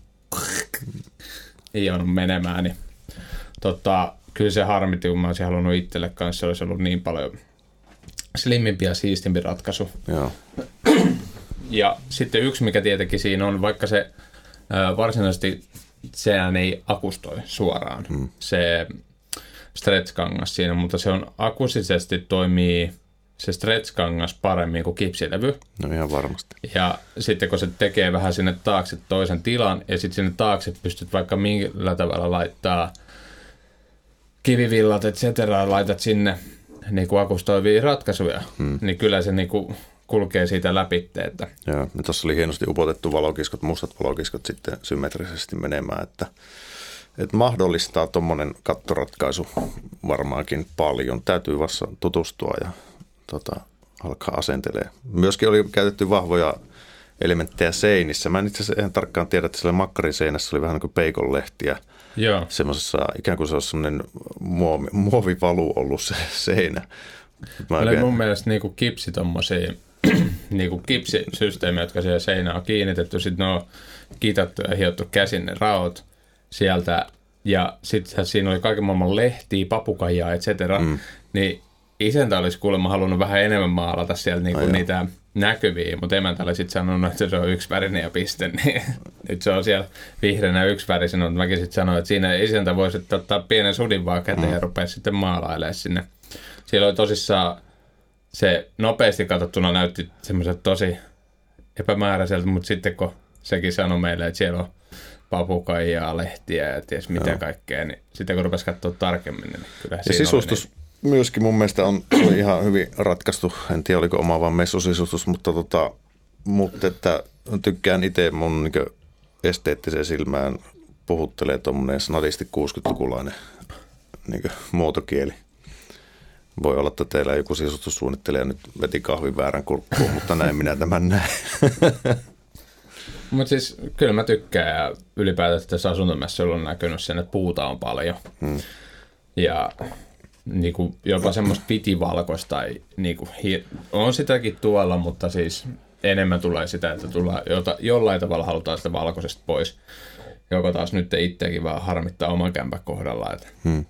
ion menemään, niin tota, kyllä se harmitti, kun mä olisin halunnut itselle kanssa, se olisi ollut niin paljon slimmimpi ja siistimpi ratkaisu. Joo. Ja sitten yksi, mikä tietenkin siinä on, vaikka se ää, varsinaisesti sehän ei akustoi suoraan, hmm. se stretch-kangas siinä, mutta se on akustisesti toimii se stretch-kangas paremmin kuin kipsilevy. No ihan varmasti. Ja sitten kun se tekee vähän sinne taakse toisen tilan, ja sitten sinne taakse pystyt vaikka millä tavalla laittaa kivivillat, et cetera, laitat sinne niin kuin akustoivia ratkaisuja, hmm. niin kyllä se niin kuin kulkee siitä läpi. Että. Joo, ja tuossa oli hienosti upotettu valokiskot, mustat valokiskot sitten symmetrisesti menemään, että, että mahdollistaa tuommoinen kattoratkaisu varmaankin paljon. Täytyy vasta tutustua ja tota, alkaa asentelee. Myöskin oli käytetty vahvoja elementtejä seinissä. Mä en itse asiassa ihan tarkkaan tiedä, että siellä makkariseinässä oli vähän niin kuin peikonlehtiä. Joo. Semmoisessa, ikään kuin se olisi semmoinen muovi, muovivalu ollut se seinä. Mä oli mun mielestä niin kuin kipsi tommosia, niin kuin kipsisysteemejä, jotka siellä seinään on kiinnitetty. Sitten ne on kiitattu ja hiottu käsin ne raot sieltä. Ja sitten siinä oli kaiken maailman lehtiä, papukajaa, et cetera. Mm. Niin isäntä olisi kuulemma halunnut vähän enemmän maalata sieltä niinku niitä näkyviä, mutta emäntä oli sitten sanonut, että se on yksivärinen ja piste. Niin nyt se on siellä vihreänä yksivärisenä, mutta mäkin sitten sanoin, että siinä isäntä voisi ottaa pienen sudin vaan käteen mm. ja rupea sitten maalailemaan sinne. Siellä oli tosissaan, se nopeasti katsottuna näytti semmoiset tosi epämääräiseltä, mutta sitten kun sekin sanoi meille, että siellä on papukaijaa, lehtiä ja ties mitä Joo. kaikkea, niin sitten kun rupesi katsoa tarkemmin, niin kyllä ja sisustus niin myöskin mun mielestä on ihan hyvin ratkaistu. En tiedä, oliko oma vaan messusisustus, mutta, tota, mutta että tykkään itse mun niin esteettiseen silmään puhuttelee tuommoinen snadisti kuusikymmentälukulainen niin muotokieli. Voi olla, että teillä joku sisustussuunnittelija nyt veti kahvin väärän kurkkuun, mutta näin minä tämän näen. Mutta siis kyllä mä tykkään ja ylipäätään tässä asuntomessuilla on näkynyt sen, että puuta on paljon. Hmm. Ja niin kuin jopa semmoista pitivalkoista, niin kuin, on sitäkin tuolla, mutta siis enemmän tulee sitä, että tullaan, jota, jollain tavalla halutaan sitä valkoisesta pois, joka taas nyt itseäkin vaan harmittaa oman kämpän kohdalla. Että, hmm.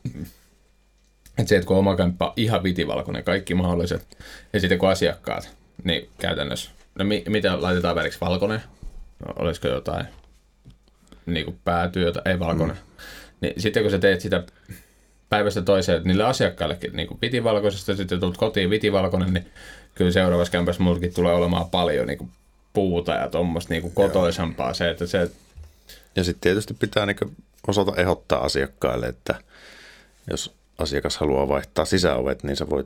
että se, että kun oma kämppä on ihan pitivalkoinen, kaikki mahdolliset, ja sitten kun asiakkaat, niin käytännössä, no mi, mitä laitetaan väriksi valkoinen? No, olisiko jotain niin kuin päätyötä, ei valkoinen. Hmm. Niin sitten kun sä teet sitä päivästä toiseen, että niille asiakkaillekin niin vitivalkoisesta, sitten tulet kotiin vitivalkoinen, niin kyllä seuraavassa kämpässä multakin tulee olemaan paljon niin kuin puuta ja tuommoista niin kotoisampaa. Se, että se... Ja sitten tietysti pitää niin osata ehdottaa asiakkaille, että jos asiakas haluaa vaihtaa sisäovet, niin sä voit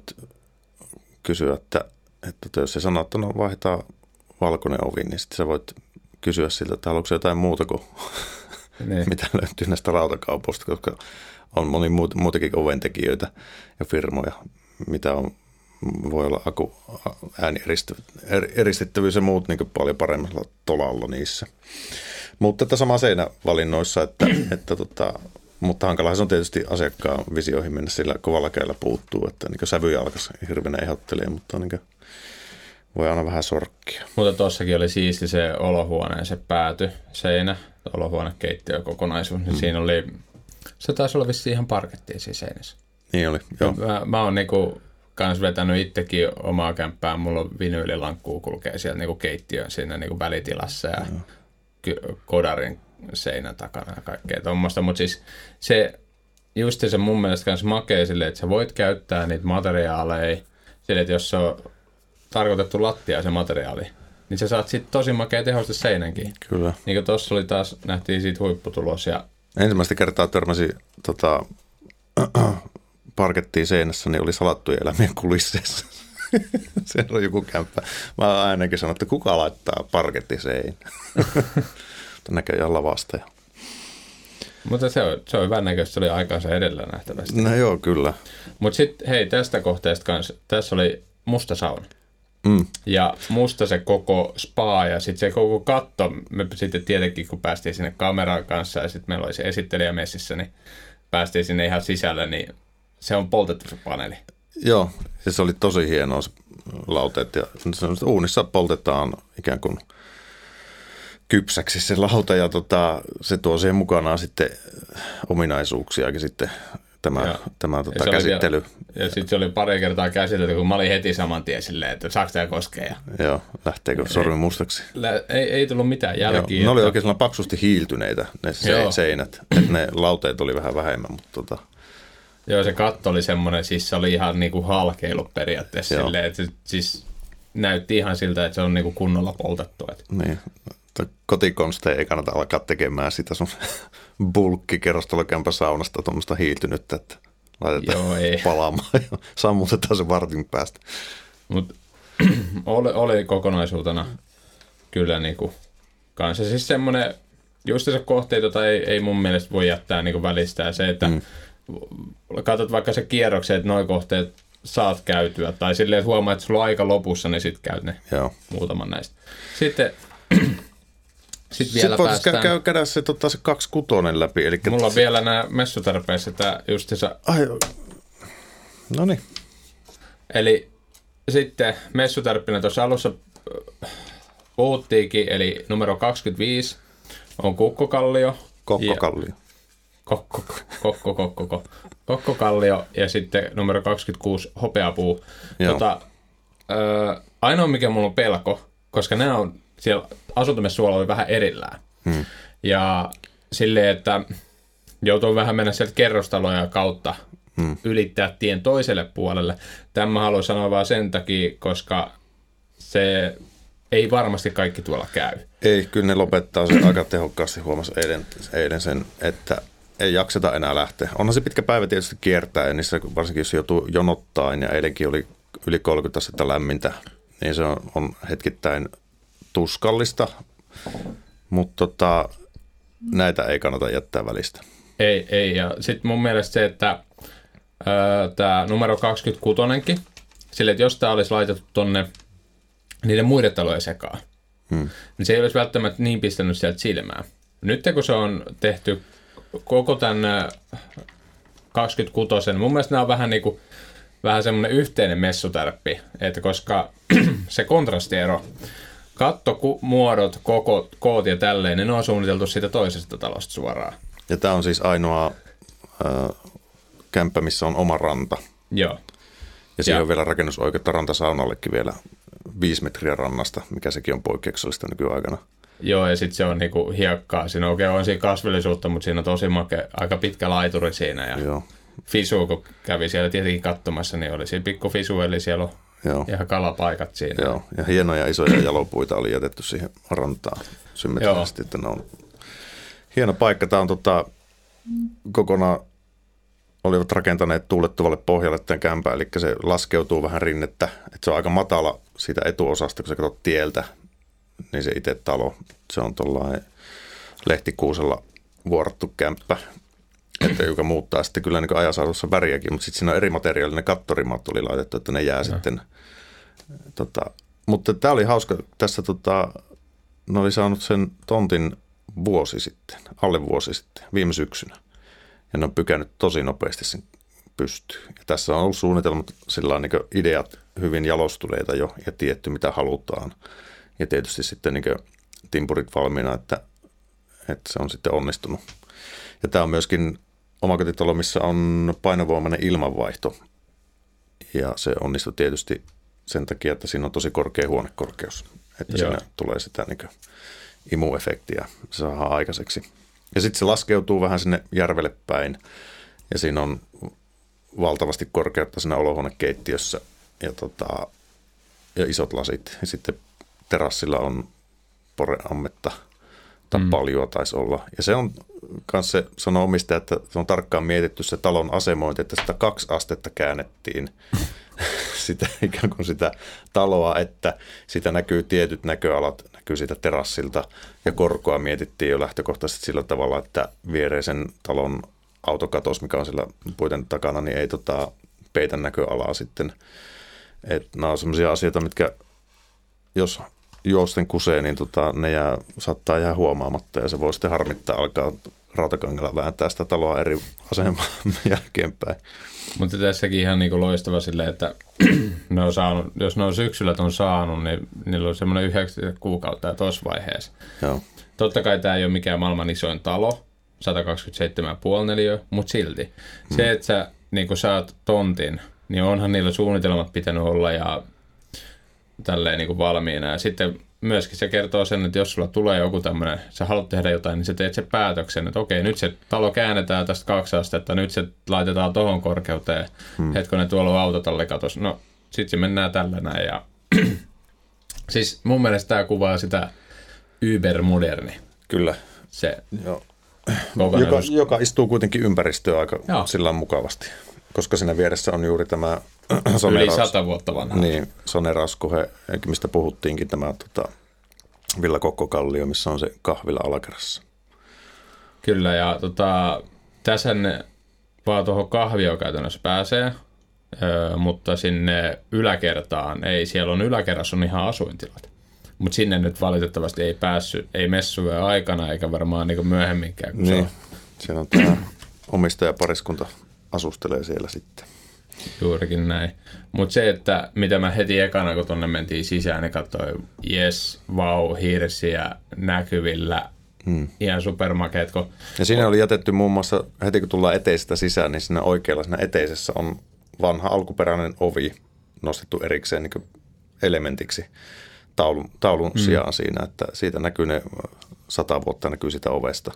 kysyä, että, että jos se sanoo, että no vaihtaa valkoinen ovi, niin sitten sä voit kysyä siltä, että haluatko jotain muuta kuin niin. mitä löytyy näistä rautakaupoista, koska on moni muutakin oventekijöitä ja firmoja, mitä on, voi olla aku, äänieristettävyys ja muut niin paljon paremmalla tolalla niissä. Mutta tätä sama seinävalinnoissa, että, että tota, mutta hankalahan se on tietysti asiakkaan visioihin mennä sillä kovalla kädellä puuttuu, että niin sävyjalkas hirveänä ehdottelee, mutta niin voi aina vähän sorkkia. Mutta tuossakin oli siisti se olohuoneen se pääty, seinä, olohuonekeittiö kokonaisuus, niin mm. siinä oli... Se taisi olla vissiin ihan parkettia siinä seinässä. Niin oli, joo. Mä, mä oon niinku kans vetänyt itsekin omaa kämppää. Mulla on vinyylilankkuu kulkee siellä niinku keittiön siinä niinku välitilassa ja ky- kodarin seinän takana ja kaikkea tuommoista. Mutta siis se, just se mun mielestä kans makea silleen, että sä voit käyttää niitä materiaaleja silleen, että jos se on tarkoitettu lattia se materiaali, niin sä saat sit tosi makea tehosta seinänkin. Kyllä. Niin kuin tossa oli taas, nähtiin siitä huipputulos ja ensimmäistä kertaa törmäsin tota, parkettiin seinässä, niin oli salattuja eläimiä kulisseissa. Se on joku kämppä. Mä oon ainakin sanonut, että kuka laittaa parketti seinään. Mutta näköjään lavastaja. Mutta se on, se on hyvän näköistä, se oli aikaansa edellä nähtävästi. No joo, kyllä. Mutta sitten hei, tästä kohteesta kanssa, tässä oli musta sauna. Mm. Ja musta se koko spa ja sitten se koko katto, me sitten tietenkin kun päästiin sinne kameran kanssa ja sitten meillä oli se esittelijä messissä, niin päästiin sinne ihan sisälle, niin se on poltettu se paneeli. Joo, ja se oli tosi hienoa se lauteet ja uunissa poltetaan ikään kuin kypsäksi se lauta ja tota, se tuo siihen mukanaan sitten ominaisuuksiakin sitten tämä, tämä tota, käsittely. Vielä, ja sitten se oli pari kertaa käsitelty, kun mä olin heti saman tien silleen, että saako tämä koskea. Joo, lähteekö sormi mustaksi? Ei, ei tullut mitään jälkiä. Joo, ne oli oikein sellainen paksusti hiiltyneitä ne se, seinät, että ne lauteet oli vähän vähemmän, mutta tota. Joo, se katto oli semmoinen, siis se oli ihan niinku halkeilu periaatteessa silleen, että siis näytti ihan siltä, että se on niinku kunnolla poltettu. Että. Niin, kotikonsteja ei kannata alkaa tekemään sitä sun bulkkikerrostalokämpä saunasta tuommoista hiiltynyttä, että laitetaan Joo, ei. palaamaan ja sammutetaan se vartin päästä. Mutta oli, oli kokonaisuutena kyllä niinku kanssa siis semmoinen, just se kohteet, jota ei, ei mun mielestä voi jättää niinku välistää se, että mm. katsot vaikka se kierroksen, että noi kohteet saat käytyä, tai silleen, että huomaa, että sulla on aika lopussa, niin sit käyt ne Joo. muutaman näistä. Sitten Sitten vielä Sitten päästään. Käy, käydä se, tota, se kaksikutonen läpi. Eli mulla on vielä nämä messutarpeissa, että justiinsa. Ai, no niin. Eli sitten messutarppina tuossa alussa puhuttiinkin, eli numero kaksikymmentäviisi on kukkokallio. Kokkokallio. Kokko, kokko, kokko, kokko. Kokkokallio ja sitten numero kaksikymmentäkuusi hopeapuu. Tota, ö, ainoa mikä mulla on pelko, koska nämä on siellä asuntomessuilla oli vähän erillään. Hmm. Ja silleen, että joutuu vähän mennä sieltä kerrostaloja kautta hmm. ylittää tien toiselle puolelle. Tämä haluan sanoa vaan sen takia, koska se ei varmasti kaikki tuolla käy. Ei, kyllä ne lopettaa sen aika tehokkaasti, huomasi eilen, eilen sen, että ei jakseta enää lähteä. Onhan se pitkä päivä tietysti kiertää, ja niissä varsinkin jos joutuu jonottain, ja eilenkin oli yli kolmekymmentä astetta lämmintä, niin se on, on hetkittäin tuskallista, mutta tota, näitä ei kannata jättää välistä. Ei, ei. Ja sitten mun mielestä se, että tämä numero kaksikymmentäkuusi, sille, että jos tämä olisi laitettu tonne niiden muiden talojen sekaan, hmm. niin se ei olisi välttämättä niin pistänyt sieltä silmään. Nyt kun se on tehty koko tämän kaksikymmentäkuusi, mun mielestä nämä on vähän niin kuin vähän semmoinen yhteinen messutärppi, että koska se kontrastiero, kattomuodot, koko koot ja tälleen, niin ne on suunniteltu siitä toisesta talosta suoraan. Ja tämä on siis ainoa äh, kämppä, missä on oma ranta. Joo. Ja siinä on vielä rakennusoikeutta rantasaunallekin vielä viisi metriä rannasta, mikä sekin on poikkeuksellista nykyaikana. Joo, ja sitten se on niinku hiekkaa. Siinä oikein on siinä kasvillisuutta, mutta siinä on tosi make, aika pitkä laituri siinä. Ja Joo. Fisu, kun kävi siellä tietenkin katsomassa, niin oli siinä pikku fisu, eli siellä on Joo. ihan kalapaikat siinä. Joo, ja hienoja isoja jalopuita oli jätetty siihen rantaan symmetrisesti, että ne on hieno paikka. Tämä on tota, kokonaan, olivat rakentaneet tuulettuvalle pohjalle tämän kämpän, eli se laskeutuu vähän rinnettä, että se on aika matala siitä etuosasta, kun sä katsot tieltä, niin se itse talo, se on tuollainen lehtikuusella vuorattu kämppä, että joka muuttaa sitten kyllä niin ajansaadussa väriäkin, mutta sitten siinä on eri materiaalinen kattorimat oli laitettu, että ne jää no. sitten. Tota, mutta tämä oli hauska, tässä tota, ne oli saanut sen tontin vuosi sitten, alle vuosi sitten, viime syksynä. Ja ne on pykännyt tosi nopeasti sen pystyyn. Ja tässä on ollut suunnitelmat, sillä on niin ideat hyvin jalostuneita jo ja tietty mitä halutaan. Ja tietysti sitten niin timpurit valmiina, että, että se on sitten onnistunut. Ja tämä on myöskin omakotitalo, missä on painovoimainen ilmanvaihto. Ja se onnistui tietysti sen takia, että siinä on tosi korkea huonekorkeus. Että Joo. siinä tulee sitä niin imuefektiä, se saadaan aikaiseksi. Ja sitten se laskeutuu vähän sinne järvelle päin. Ja siinä on valtavasti korkeutta siinä olohuonekeittiössä ja, tota, ja isot lasit. Ja sitten terassilla on poreammetta tai mm. paljoa taisi olla. Ja se on myös se sanoo omistaja, että se on tarkkaan mietitty se talon asemointi, että sitä kaksi astetta käännettiin sitä ikään kuin sitä taloa, että sitä näkyy tietyt näköalat, näkyy siitä terassilta ja korkoa mietittiin jo lähtökohtaisesti sillä tavalla, että viereisen talon autokatos, mikä on siellä puiden takana, niin ei tota, peitä näköalaa sitten. Että nämä on sellaisia asioita, mitkä jos juosten kusee, niin tota, ne jää, saattaa jää huomaamatta ja se voi sitten harmittaa alkaa rautakangella vääntää sitä taloa eri asemaan jälkeenpäin. Mutta tässäkin ihan niin kuin loistava silleen, että ne on saanut, jos ne on syksyllä ton saanut, niin niillä on semmoinen yhdeksänkymmentä kuukautta ja tuossa vaiheessa. Joo. Totta kai tämä ei ole mikään maailman isoin talo, sata kaksikymmentäseitsemän pilkku viisi neliötä, mutta silti. Hmm. Se, että sä niin kun saat tontin, niin onhan niillä suunnitelmat pitänyt olla ja tälleen niin kuin valmiina. Ja sitten myöskin se kertoo sen, että jos sulla tulee joku tämmöinen, sä haluat tehdä jotain, niin sä teet sen päätöksen, että okei, nyt se talo käännetään tästä kaksi astetta, nyt se laitetaan tohon korkeuteen, hmm. hetkonen tuolla on autotallikatos. No, sit se mennään tällä näin. Ja siis mun mielestä tämä kuvaa sitä ybermoderni. Kyllä. Se Joo. Joka, joka istuu kuitenkin ympäristöön aika Joo. sillä mukavasti, koska siinä vieressä on juuri tämä Yli sata vuotta vanha. Niin, Soneraskuhe, mistä puhuttiinkin, tämä tota, Villa Kokkokallio, missä on se kahvila alakerrassa. Kyllä, ja tota, tässä ne vaan tuohon kahvioon käytännössä pääsee, ö, mutta sinne yläkertaan, ei, siellä on yläkerrassa on ihan asuintilat. Mutta sinne nyt valitettavasti ei päässyt, ei messujen aikana eikä varmaan niin myöhemminkään. Kun niin, se on. Siellä on tämä omistajapariskunta asustelee siellä sitten. Juurikin näin. Mutta se, että mitä mä heti ekana, kun tuonne mentiin sisään, niin katsoin, jes, vau, hirsiä näkyvillä, hmm. ihan supermakeet. Kun ja siinä oli jätetty muun muassa, heti kun tullaan eteisestä sisään, niin siinä oikealla, siinä eteisessä on vanha alkuperäinen ovi nostettu erikseen niin kuin elementiksi taulun, taulun hmm. sijaan siinä, että siitä näkyy ne sata vuotta näkyy sitä ovesta.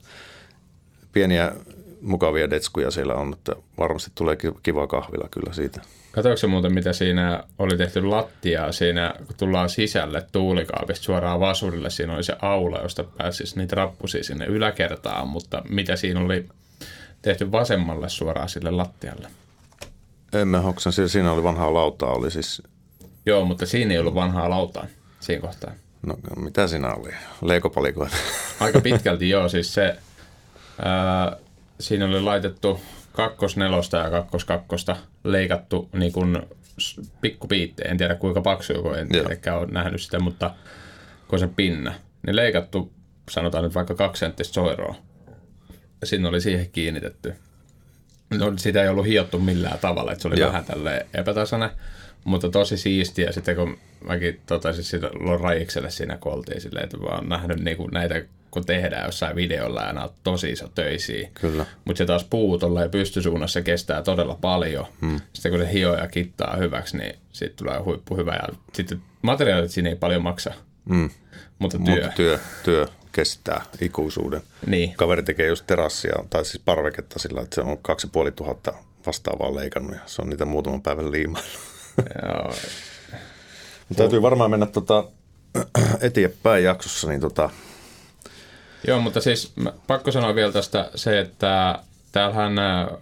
Pieniä mukavia detskuja siellä on, että varmasti tulee kiva kahvila kyllä siitä. Katoiko muuten, mitä siinä oli tehty lattiaa siinä, kun tullaan sisälle tuulikaapista suoraan vasurille, siinä oli se aula, josta pääsisi niitä rappusia sinne yläkertaan, mutta mitä siinä oli tehty vasemmalle suoraan sille lattialle? En mä hoksan, siinä oli vanhaa lautaa, oli siis... Joo, mutta siinä ei ollut vanhaa lautaa siinä kohtaa. No mitä siinä oli? Leikopalikoita? Aika pitkälti joo, siis se... Ää, siinä oli laitettu kakkosnelosta ja kakkoskakkosta leikattu niin kuin pikkupiittejä. En tiedä kuinka paksu, kun en tietenkään ole nähnyt sitä, mutta kun se pinna. Niin leikattu, sanotaan nyt vaikka kaksi senttistä soiroa. Ja siinä oli siihen kiinnitetty. No, sitä ei ollut hiottu millään tavalla, että se oli Joo. vähän tälleen epätasainen, mutta tosi siistiä. Sitten kun mäkin totesin sillä Rajikselle siinä, kun oltiin silleen, että mä oon nähnyt niin kuin näitä, kun tehdään jossain videolla ja nämä on tosi isotöisiä. Kyllä. Mutta se taas puu tolleen pystysuunnassa kestää todella paljon. Hmm. Sitten kun se hioo ja kittaa hyväksi, niin siitä tulee huippu hyvä. Ja sitten materiaalit siinä ei paljon maksa, hmm. mutta työ. Mutta työ, työ kestää ikuisuuden. Niin. Kaveri tekee just terassia, tai siis parveketta sillä, että se on kaksi ja puoli tuhatta vastaavaa leikannut ja se on niitä muutaman päivän liimailu. Joo. Täytyy varmaan mennä tota, eteenpäin jaksossa, niin tota... Joo, mutta siis pakko sanoa vielä tästä se, että täällähän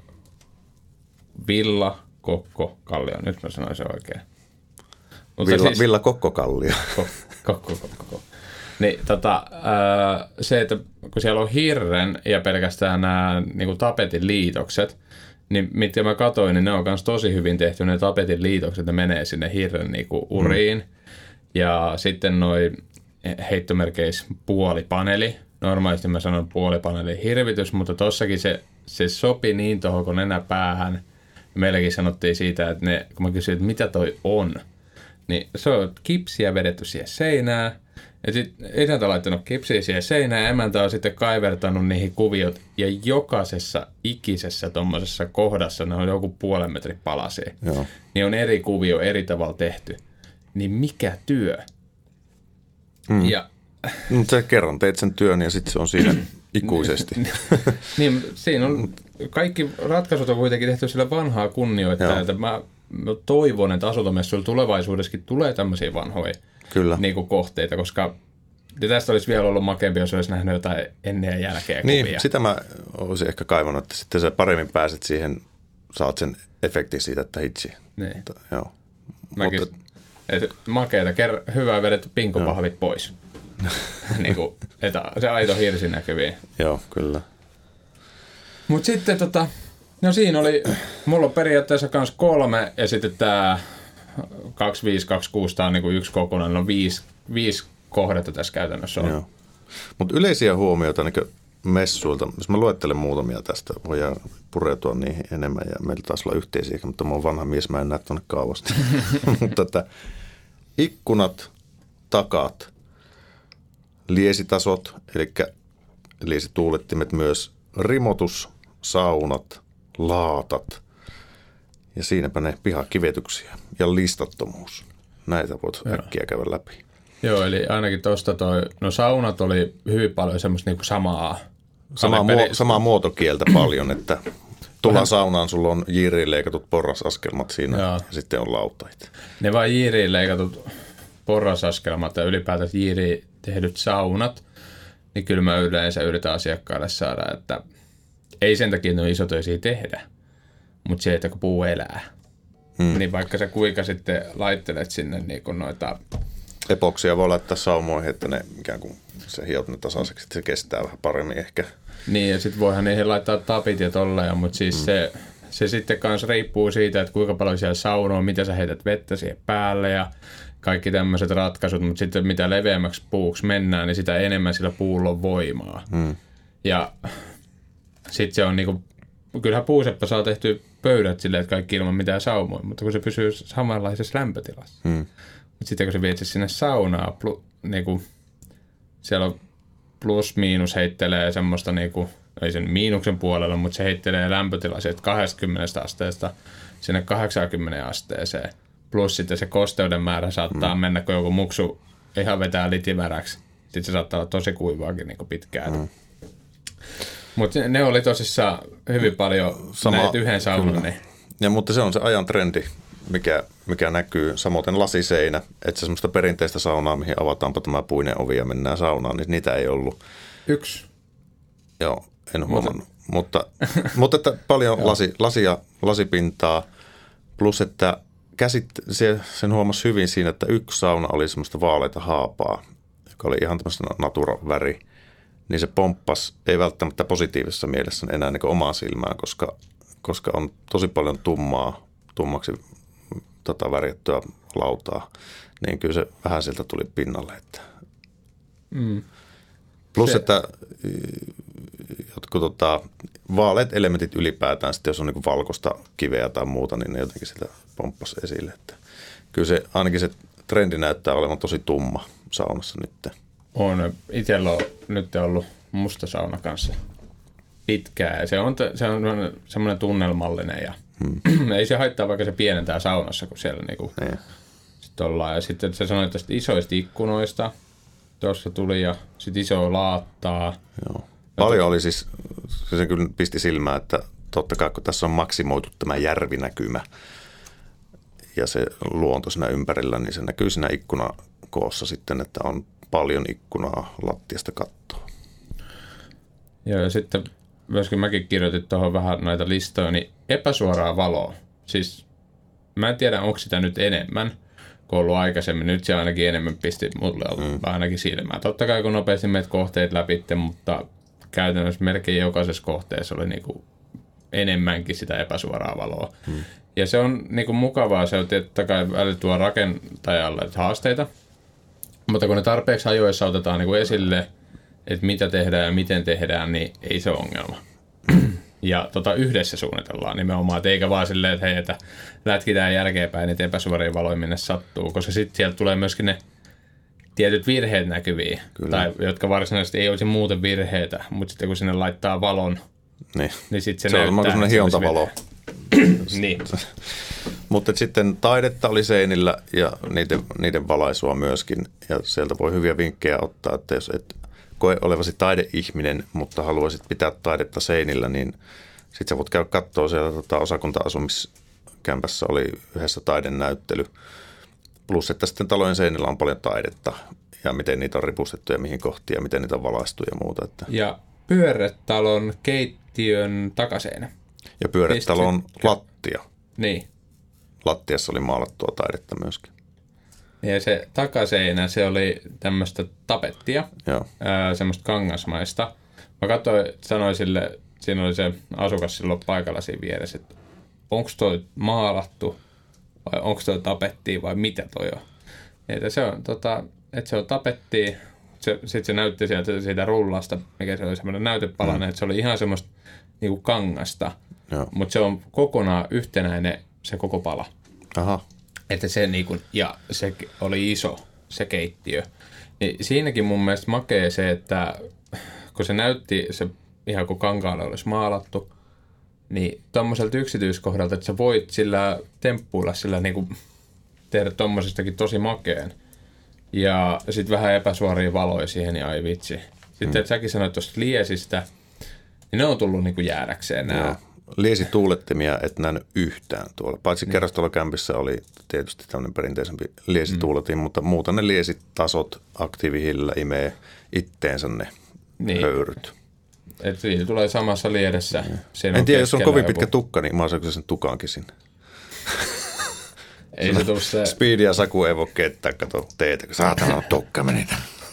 Villa Kokkokallio, nyt mä sanoin se oikein. Mutta Villa, siis, Villa Kokkokallio. Kokko, kokko, kokko. Niin tota, se, että kun siellä on hirren ja pelkästään nämä niin kuin tapetin liitokset, niin mitkä mä katsoin, niin ne on myös tosi hyvin tehty, ne tapetin liitokset, ne menee sinne hirren niin kuin uriin. Mm. Ja sitten noi heittomerkeis puolipaneeli. Normaalisti mä sanon puolipaneeli hirvitys, mutta tossakin se, se sopi niin tuohon kun nenäpäähän. Meilläkin sanottiin siitä, että ne, kun mä kysyin, että mitä toi on, niin se on kipsiä vedetty siihen seinään. Ja sitten isäntä laittanut kipsiä siihen seinään ja emäntä on sitten kaivertanut niihin kuviot. Ja jokaisessa ikisessä tuommoisessa kohdassa, ne on joku puolen metrin palasia, Joo. niin on eri kuvio eri tavalla tehty. Niin mikä työ? Mm. Ja... Mutta sä kerran teet sen työn ja sitten se on siinä ikuisesti. Niin, siinä on kaikki ratkaisut on kuitenkin tehty sillä vanhaa kunnioittaa. Että mä, mä toivon, että asuntomessuilla tulevaisuudessakin tulee tämmöisiä vanhoja niin kuin kohteita, koska tästä olisi vielä ollut makeampi, jos olisi nähnyt jotain ennen ja jälkeen niin, kuvia. Sitä mä olisin ehkä kaivannut, että sitten sä paremmin pääset siihen, saat sen efektin siitä, että hitsi. Niin. Mutta, joo. Mäkin, Mutta, että makeita, ker- hyvää vedetty pinkopahvit joo. pois. niin kuin, että se aito hirsi näkyviin. Joo, kyllä. Mutta sitten tota, no siinä oli, mulla on periaatteessa kans kolme ja sitten tää kaksikymmentäviisi kaksikymmentäkuusi, tää on niinku yksi kokonainen, no viisi viisi kohdetta tässä käytännössä on. Mutta yleisiä huomioita niin messuilta, jos mä luettelen muutamia tästä, voidaan pureutua niihin enemmän ja meillä taas olla yhteisiä, mutta mä oon vanha mies, mä en näe tuonne kaavasta. Mutta että ikkunat, takat, liesitasot, eli liesituulettimet myös, rimotus, saunat, laatat ja siinäpä ne pihakivetyksiä ja listattomuus. Näitä voit Joo. äkkiä käydä läpi. Joo, eli ainakin tuosta toi, no saunat oli hyvin paljon semmoista niinku samaa. Samaa, muo, samaa muotokieltä paljon, että tulla saunaan, sulla on jiiriin leikatut porrasaskelmat siinä Joo. ja sitten on lautait. Ne vaan jiiriin leikatut porrasaskelmat ja ylipäätään jiiriin tehdyt saunat, niin kyllä mä yleensä yritän asiakkaille saada, että ei sen takia ne on isotöisiä tehdä, mutta se, että kun puu elää, hmm. niin vaikka sä kuinka sitten laittelet sinne niin kuin noita epoksia voi laittaa saumoihin, että ne ikään kuin se hiot ne tasaiseksi, että se kestää vähän paremmin ehkä. Niin, ja sitten voihan niihin laittaa tapit ja tolleen, mutta siis mm. se, se sitten kanssa riippuu siitä, että kuinka paljon siellä saunoo, mitä sä heität vettä siihen päälle ja kaikki tämmöiset ratkaisut, mutta sitten mitä leveämmäksi puuksi mennään, niin sitä enemmän sillä puulla on voimaa. Mm. Ja sitten se on niinku, kyllähän puuseppä saa tehtyä pöydät silleen, että kaikki ilman mitään saumoja, mutta kun se pysyy samanlaisessa lämpötilassa. Mm. Mutta sitten kun se viet sinne saunaan, plu, niinku, siellä on plus-miinus heittelee semmoista, niinku, ei sen miinuksen puolella, mutta se heittelee lämpötilaa sieltä kaksikymmentä asteesta sinne kahdeksankymmentä asteeseen. Plus sitten se kosteuden määrä saattaa mm. mennä, kun joku muksu ihan vetää litiväräksi. Sitten se saattaa olla tosi kuivaakin niinku pitkään. Mm. Mutta ne oli tosissaan hyvin paljon Sama, näitä yhden saunan. Niin. Ja, mutta se on se ajan trendi. Mikä, mikä näkyy, samoin lasiseinä, että se semmoista perinteistä saunaa, mihin avataanpa tämä puinen ovi ja mennään saunaan, niin niitä ei ollut. Yksi. Joo, en huomannut. Mutta, mutta että paljon lasi, lasia, lasipintaa, plus että käsit, se, sen huomasi hyvin siinä, että yksi sauna oli semmoista vaaleita haapaa, joka oli ihan tämmöistä natura-väri, niin se pomppasi, ei välttämättä positiivisessa mielessä enää niin kuin omaa silmään, koska, koska on tosi paljon tummaa, tummaksi tota värjättyä lautaa, niin kyllä se vähän sieltä tuli pinnalle. Että. Mm. Plus, se. että jotkut tota, vaaleat elementit ylipäätään, sitten jos on niin valkoista kiveä tai muuta, niin ne jotenkin sitä pomppasi esille. Että kyllä se, ainakin se trendi näyttää olevan tosi tumma saunassa nyt. On. Itsellä on nyt ollut musta sauna kanssa pitkään ja se on, se on semmoinen tunnelmallinen ja Hmm. ei se haittaa, vaikka se pienentää saunassa, kun siellä niinku sit ollaan. Ja sitten se sanoi tästä isoista ikkunoista, tuossa tuli, ja sitten iso laattaa. Joo. Paljon to... oli siis, se kyllä pisti silmään, että totta kai kun tässä on maksimoitu tämä järvinäkymä ja se luonto siinä ympärillä, niin se näkyy siinä ikkunakoossa sitten, että on paljon ikkunaa lattiasta kattoa. Joo, ja sitten myöskin mäkin kirjoitin tuohon vähän näitä listoja, niin epäsuoraa valoa. Siis mä en tiedä, onko sitä nyt enemmän kuin ollut aikaisemmin. Nyt se ainakin enemmän pisti mulle mm. ainakin silmään. Totta kai kun nopeasti menet kohteet läpi, mutta käytännössä melkein jokaisessa kohteessa oli niinku enemmänkin sitä epäsuoraa valoa. Mm. Ja se on niinku mukavaa, se on totta kai välillä tuo rakentajalle haasteita, mutta kun ne tarpeeksi ajoissa otetaan niinku esille, että mitä tehdään ja miten tehdään, niin ei se ole ongelma. Ja tota, yhdessä suunnitellaan nimenomaan, että eikä vaan silleen, että hei, että lätkitään jälkeenpäin, että epäsuoria valoja minne sattuu, koska sitten sieltä tulee myöskin ne tietyt virheet näkyviin, tai jotka varsinaisesti ei olisi muuten virheitä, mutta sitten kun sinne laittaa valon, niin, niin sitten se, se näyttää. Se on semmoinen hiontavalo. Niin. Mutta sitten taidetta oli seinillä ja niiden, niiden valaisua myöskin, ja sieltä voi hyviä vinkkejä ottaa, että jos et koe olevasi taideihminen, mutta haluaisit pitää taidetta seinillä, niin sitten sä voit käydä katsoa siellä tota, osakunta-asumiskämpässä oli yhdessä taidenäyttely. Plus, että sitten talojen seinillä on paljon taidetta ja miten niitä on ripustettu ja mihin kohtiin ja miten niitä on valaistu ja muuta. Että. Ja pyörretalon keittiön takaseinä. Ja pyörretalon lattia. Niin. Lattiassa oli maalattua taidetta myöskin. Ja se takaseinä, se oli tämmöistä tapettia, ää, semmoista kangasmaista. Mä katsoin, sanoin sille, siinä oli se asukas silloin paikalla siinä vieressä, että onko toi maalattu vai onko toi tapettia vai mitä toi on. Että se on tota, että se on tapettiin. Sitten se näytti sieltä siitä rullasta, mikä se oli semmoinen näytepalanen, mm. että se oli ihan semmoista niinku kangasta, mutta se on kokonaan yhtenäinen se koko pala. Aha. Että se niinku, ja se oli iso, se keittiö. Niin siinäkin mun mielestä makee se, että kun se näytti se ihan kuin kankaalle olisi maalattu, niin tommoiselta yksityiskohdalta, että sä voit sillä temppuilla sillä niinku tehdä tommosestakin tosi makeen. Ja sitten vähän epäsuoria valoja siihen, niin ai vitsi. Sitten hmm. että säkin sanoit tuosta liesistä, niin ne on tullut niinku jäädäkseen nämä. Liesituulettimia et nähnyt yhtään tuolla. Paitsi hmm. kerrostalokämpissä oli tietysti tämmöinen perinteisempi liesituuletin, hmm. mutta muuten ne liesitasot aktiivihillä imee itteensä ne niin. höyryt. Että siinä tulee samassa liedessä. Hmm. En tiedä, jos on kovin pitkä joku tukka, niin mä osaanko sen tukaankin sinne. Ei se tuu se... Speed ja Saku ei voi kettää, kato teetä, kun saatana tukka meni.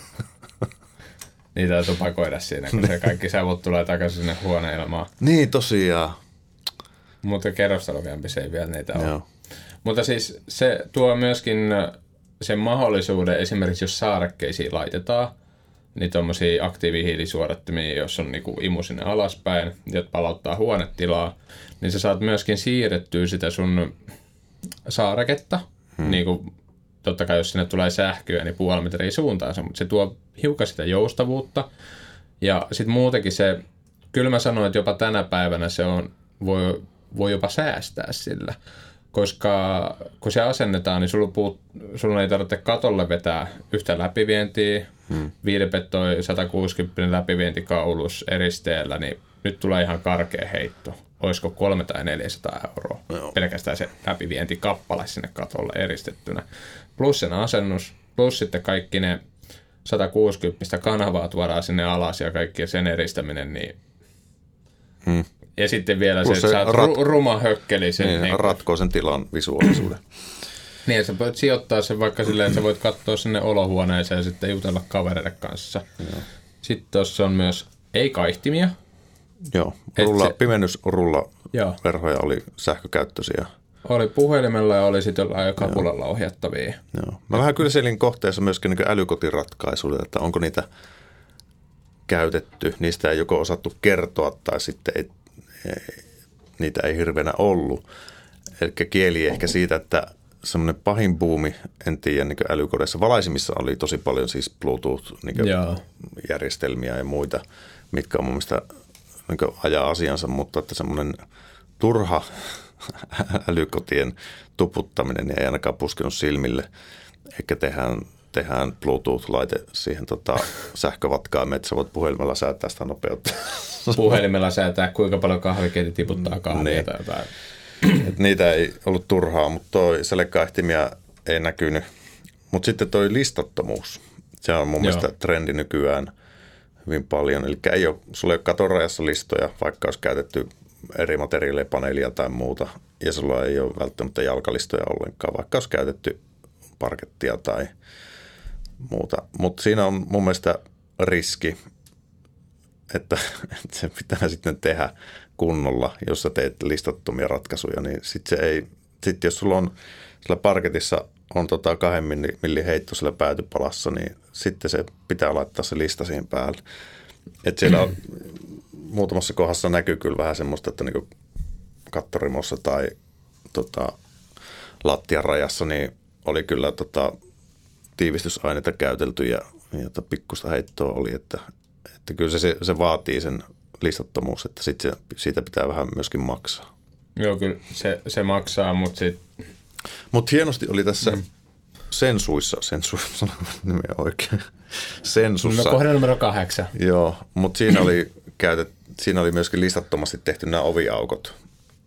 Niitä täytyy pakoida siinä, kun se kaikki sävut tulee takaisin sinne huoneilmaan. Niin, tosiaan. Mutta kerrostalokämpissä ei vielä niitä ole. Joo. Mutta siis se tuo myöskin sen mahdollisuuden, esimerkiksi jos saarekkeisiin laitetaan, niin tuommoisia aktiivihiilisuodattimia, jos on niinku imu sinne alaspäin, jotka palauttaa huonetilaa, niin sä saat myöskin siirrettyä sitä sun saareketta, hmm. niin kuin totta kai jos sinne tulee sähköä, niin puoli metriä suuntaansa, mutta se tuo hiukan sitä joustavuutta. Ja sitten muutenkin se, kyllä mä sanoin, että jopa tänä päivänä se on, voi, voi jopa säästää sillä. Koska kun se asennetaan, niin sulla, puut, sulla ei tarvitse katolle vetää yhtä läpivientiä. Hmm. Viidepettoi sata kuusikymmentä läpivientikaulus eristeellä, niin nyt tulee ihan karkea heitto. Olisiko kolme tai neljäsataa euroa. Joo. Pelkästään se läpivientikappale sinne katolle eristettynä. Plus sen asennus, plus sitten kaikki ne sata kuusikymmentä kanavaa tuodaan sinne alas ja kaikki sen eristäminen. Niin... Hmm. Ja sitten vielä plus se, se että rat... ru- ruma hökkeli. Sen, niin, niin, ratkoo sen tilan visuaalisuuden. Niin, että sä voit sijoittaa sen vaikka silleen, että sä voit katsoa sinne olohuoneeseen ja sitten jutella kavereiden kanssa. Joo. Sitten tuossa on myös ei-kaihtimia. Joo, rulla, se, pimennysrulla joo. verhoja oli sähkökäyttöisiä. Oli puhelimella ja oli sitten jollain kapulalla ohjattavia. Joo. Mä vähän kyselin kohteessa myöskin niin älykotiratkaisuja, että onko niitä käytetty. Niistä ei joko osattu kertoa tai sitten ei, ei, niitä ei hirveänä ollut. Eli kieli ehkä siitä, että semmoinen pahin buumi, en tiedä, niin älykodeissa valaisimissa oli tosi paljon siis Bluetooth-järjestelmiä ja muita, mitkä on mun mielestä niin ajaa asiansa, mutta että semmoinen turha älykotien tuputtaminen ei ainakaan puskenut silmille, eikä tehdään, tehdään Bluetooth-laite siihen tota, sähkövatkaamme, että sä voit puhelimella säätää sitä nopeutta. Puhelimella säätää, kuinka paljon kahviketi tiputtaa kahvia niin. tai jotain. Et niitä ei ollut turhaa, mutta toi selekkaihtimia ei näkynyt. Mutta sitten toi listattomuus, se on mun Joo. mielestä trendi nykyään hyvin paljon. Eli ei ole, sulla ei ole katorajassa listoja, vaikka olisi käytetty eri materiaaleja, paneelia tai muuta. Ja sulla ei ole välttämättä jalkalistoja ollenkaan, vaikka olisi käytetty parkettia tai muuta. Mutta siinä on mun mielestä riski, että, että se pitää sitten tehdä kunnolla, jos sä teet listattomia ratkaisuja, niin sitten se ei, sitten jos sulla on sillä parketissa on tota kahden millin heitto sillä päätypalassa, niin sitten se pitää laittaa se lista siihen päälle. Että siellä on, muutamassa kohdassa näkyy kyllä vähän semmoista, että niinku kattorimossa tai tota, lattian rajassa niin oli kyllä tota, tiivistysaineita käytelty ja, ja pikkusta heittoa oli, että, että kyllä se, se vaatii sen listattomuus, että sit se, siitä pitää vähän myöskin maksaa. Joo, kyllä se, se maksaa, mutta sitten... Mutta hienosti oli tässä mm. sensuissa, sensuissa, sanonko nimeä oikein, sensussa. No kohde numero kahdeksan. Joo, mutta siinä oli käytet, siinä oli myöskin listattomasti tehty nämä oviaukot,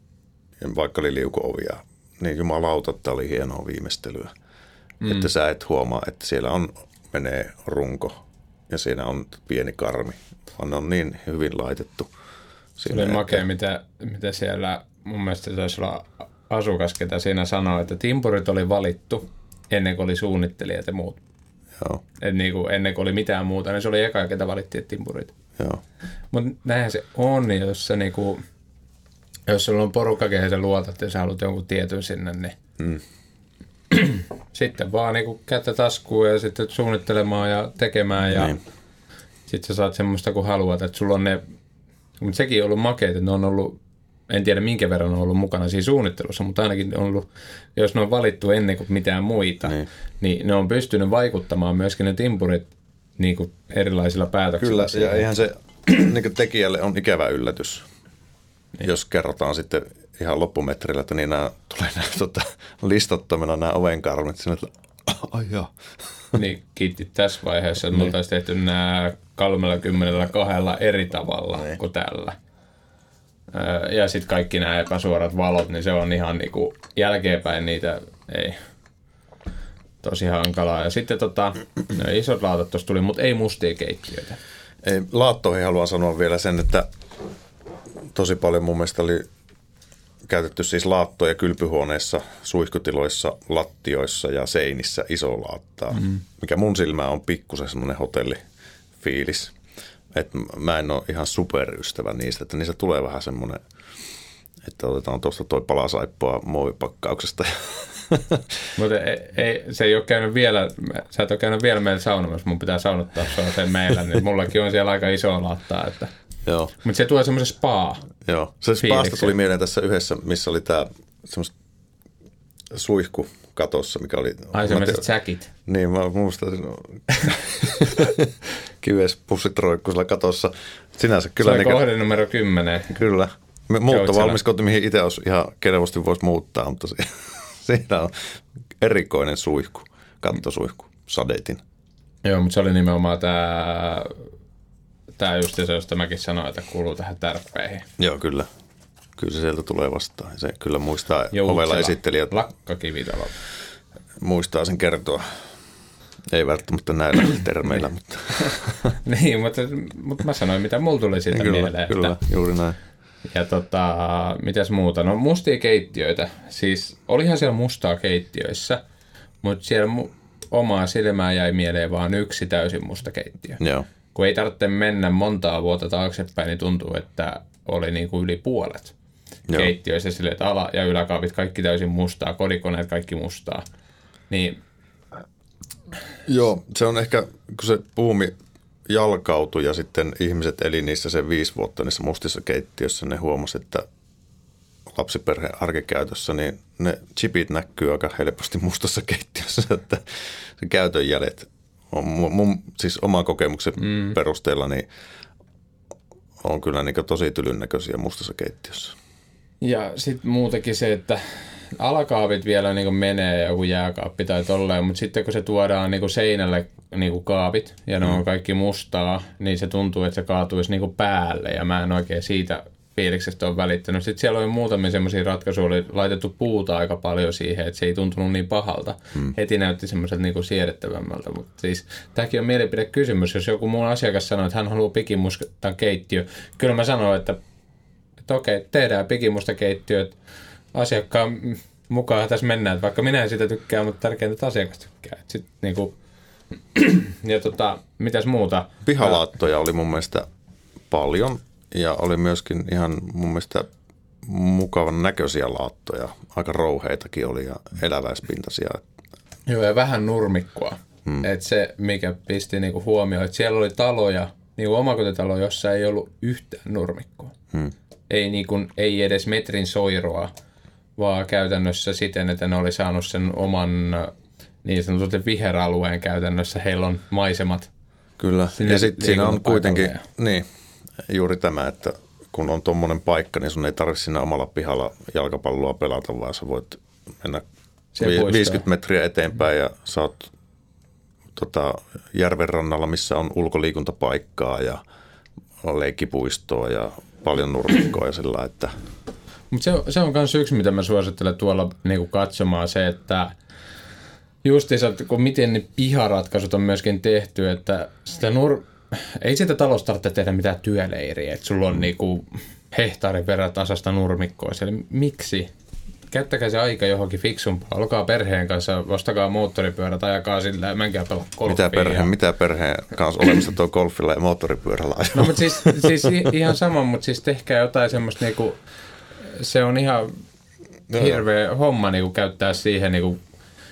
vaikka oli liuko-ovia. Niin jumalauta, että oli hienoa viimeistelyä. Mm. Että sä et huomaa, että siellä on, menee runko ja siinä on pieni karmi. On, on niin hyvin laitettu. Se oli makea, mitä, mitä siellä, mun mielestä taisi olla asukas, ketä siinä sanoi, että timpurit oli valittu ennen kuin oli suunnittelijat ja muut. Joo. Et niin kuin ennen kuin oli mitään muuta, niin se oli eka, ketä valittiin timpurit. Joo. Mutta näinhän se on, jos, se niinku, jos sulla on porukka, kehen sä luotat ja sä haluat jonkun tietyn sinne, niin mm. sitten vaan niinku kättä taskuun ja sitten suunnittelemaan ja tekemään ja niin. Sitten sä saat semmoista kuin haluat, että sulla on ne, mutta sekin on ollut makeita, että ne on ollut, en tiedä minkä verran on ollut mukana siinä suunnittelussa, mutta ainakin on ollut, jos ne on valittu ennen kuin mitään muita, niin, niin ne on pystynyt vaikuttamaan myöskin ne timpurit niin kuin erilaisilla päätöksillä. Kyllä, ja eihän se niin tekijälle on ikävä yllätys, niin. Jos kerrotaan sitten ihan loppumetrillä, että niin nämä tulee nämä tota, listattomina nämä ovenkarmit, sinne, että ai jaa. Niin, kiitti tässä vaiheessa, että niin. Me oltaisiin tehty nämä kolmekymmentäkaksi eri tavalla niin. Kuin tällä. Ja sitten kaikki nämä epäsuorat valot, niin se on ihan niinku jälkeenpäin niitä, ei, tosi hankalaa. Ja sitten tota, no isot laatat tuossa tuli, mutta ei mustia keittiöitä. Ei, laattoihin haluan sanoa vielä sen, että tosi paljon mun mielestä oli käytetty siis laattoja kylpyhuoneessa, suihkutiloissa, lattioissa ja seinissä iso laattaa, mm-hmm. mikä mun silmään on pikkusen semmoinen hotellifiilis. Että mä en ole ihan superystävä niistä, että niissä tulee vähän semmoinen, että otetaan tuosta toi palasaippua muovipakkauksesta. Mutta ei, ei, se ei ole käynyt vielä, sä et ole käynyt vielä meillä saunomassa, mun pitää saunottaa sen meillä, niin mullakin on siellä aika iso laattaa, että... Joo. Mutta se tulee semmoisen spa. Joo, se spaasta tuli mieleen tässä yhdessä, missä oli tämä semmoista suihku katossa, mikä oli... Ai semmoiset säkit. Niin, mä muistan kives pussit roikkuu sillä katossa. Sinänsä kyllä... Se on kohde niin, numero kymmenen. Kyllä. Muuttovalmis koti, mihin itse olisi ihan kelvosti voisi muuttaa, mutta se, siinä on erikoinen suihku, kattosuihku, sadetin. Joo, mutta se oli nimenomaan tämä... Tämä just se, josta mäkin sanoin, että kuuluu tähän tärppeihin. Joo, kyllä. Kyllä se sieltä tulee vastaan. Se kyllä muistaa ovella esittelijät. Lakkakivitalo. Muistaa sen kertoa. Ei välttämättä näillä termeillä, mutta... niin, mutta, mutta mä sanoin, mitä mulla tuli siitä kyllä, mieleen. Kyllä, että... juuri näin. Ja tota, mitäs muuta? No mustia keittiöitä. Siis olihan siellä mustaa keittiöissä, mutta siellä mu- omaa silmää jäi mieleen vaan yksi täysin musta keittiö. Joo. Kun ei tarvitse mennä montaa vuotta taaksepäin, niin tuntuu, että oli niin kuin yli puolet Joo. keittiöissä sille, että ala- ja yläkaapit kaikki täysin mustaa, kodikoneet kaikki mustaa. Niin. Joo, se on ehkä, kun se buumi jalkautui ja sitten ihmiset eli niissä sen viisi vuotta niissä mustissa keittiöissä, ne huomasi, että lapsiperheen arkikäytössä, niin ne chipit näkyy aika helposti mustassa keittiössä, että se käytön jäljet on mun, mun siis oman kokemuksen mm. perusteella, niin on kyllä niin tosi tylyn näköisiä mustassa keittiössä. Ja sitten muutenkin se, että alakaapit vielä niin menee joku jääkaappi tai tolleen, mutta sitten kun se tuodaan niin seinälle niin kaapit ja ne mm. on kaikki mustaa, niin se tuntuu, että se kaatuisi niin päälle ja mä en oikein siitä fiiliksestä ole välittänyt. Sitten siellä oli muutamia semmoisia ratkaisuja, oli laitettu puuta aika paljon siihen, että se ei tuntunut niin pahalta. Mm. Heti näytti semmoiselta niin siedettävämmältä, mutta siis tämäkin on mielipidekysymys. Jos joku mun asiakas sanoo, että hän haluaa pikimustan keittiö, kyllä mä sanon, että, että okei, tehdään pikimusta keittiö, että asiakkaan mukaan tässä mennään, että vaikka minä en sitä tykkää, mutta tärkeintä, että asiakas tykkää. Sitten niin kuin, ja tota, mitäs muuta? Pihalaattoja oli mun mielestä paljon. Ja oli myöskin ihan mun mielestä mukavan näköisiä laattoja. Aika rouheitakin oli ja eläväispintaisia. Joo, ja vähän nurmikkoa. Hmm. Että se, mikä pisti niinku huomioon, että siellä oli taloja, niinku omakotitalo, jossa ei ollut yhtään nurmikkoa. Hmm. Ei, niinku, ei edes metrin soiroa, vaan käytännössä siten, että ne oli saanut sen oman niin sanotun viheralueen käytännössä. Heillä on maisemat. Kyllä, ja sitten siinä on kuitenkin... Niin. Juuri tämä, että kun on tuommoinen paikka, niin sun ei tarvitse siinä omalla pihalla jalkapalloa pelata, vaan sä voit mennä viisikymmentä metriä eteenpäin ja sä oot tota, järven rannalla, missä on ulkoliikuntapaikkaa ja on leikkipuistoa ja paljon nurmikkoa ja sillä, että... Mutta se, se on myös yksi, mitä mä suosittelen tuolla niinku katsomaan, se, että justiinsa, kun miten ne piharatkaisut on myöskin tehty, että sitä nur... Ei sitä talosta tarvitse tehdä mitään työleiriä, että sulla on mm. niinku hehtaarin verran tasasta nurmikkoa siellä. Miksi? Käyttäkää se aika johonkin fiksumpaa. Olkaa perheen kanssa, ostakaa moottoripyörät, ajakaa sillä ja menkää pelaa golfia. Mitä perheen, ja... mitä perheen kanssa olemassa tuo golfilla ja moottoripyörällä ajaa? No mutta siis, siis ihan sama, mutta siis tehkää jotain semmoista niinku, se on ihan no, hirveä homma niinku käyttää siihen niinku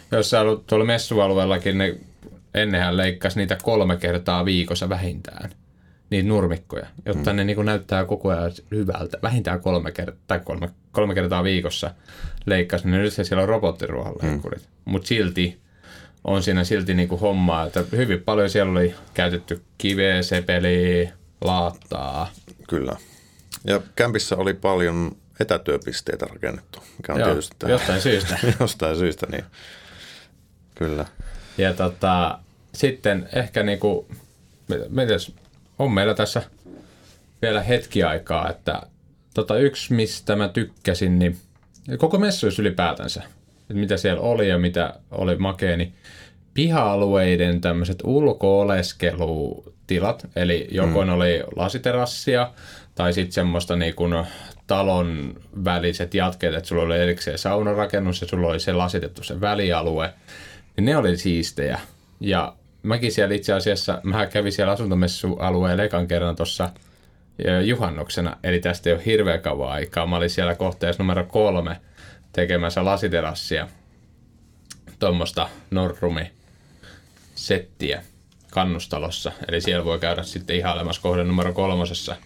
Jos sä ollut tuolla messualueellakin, ne ennenhän leikkasi niitä kolme kertaa viikossa vähintään, niitä nurmikkoja, jotta mm. ne niin kuin näyttää koko ajan hyvältä. Vähintään kolme, kert- tai kolme, kolme kertaa viikossa leikkasi, niin nyt siellä on robottiruohonleikkurit. Mm. Mutta silti on siinä silti niin kuin hommaa, että hyvin paljon siellä oli käytetty kiveä, sepeliä, laattaa. Kyllä. Ja kämpissä oli paljon etätyöpisteitä rakennettu, mikä on Joo, tietysti tämä. Jostain syystä. jostain syystä, niin kyllä. Ja tota, sitten ehkä niinku, mites, on meillä tässä vielä hetki aikaa, että tota yksi, mistä mä tykkäsin, niin koko messuissa ylipäätänsä, että mitä siellä oli ja mitä oli makea, niin piha-alueiden tämmöiset ulko-oleskelutilat, eli joko mm. oli lasiterassia tai sitten semmoista niin kuin talon väliset jatkeet, että sulla oli erikseen saunarakennus ja sulla oli se lasitettu se välialue, niin ne oli siistejä. Ja mäkin siellä itse asiassa, mä kävin siellä asuntomessualueella ekan kerran tuossa juhannuksena, eli tästä ei ole hirveän kauan aikaa. Mä olin siellä kohteessa numero kolme tekemässä lasiterassia, tuommoista Norrumi-settiä kannustalossa. Eli siellä voi käydä sitten ihailemassa kohden numero kolmosessa.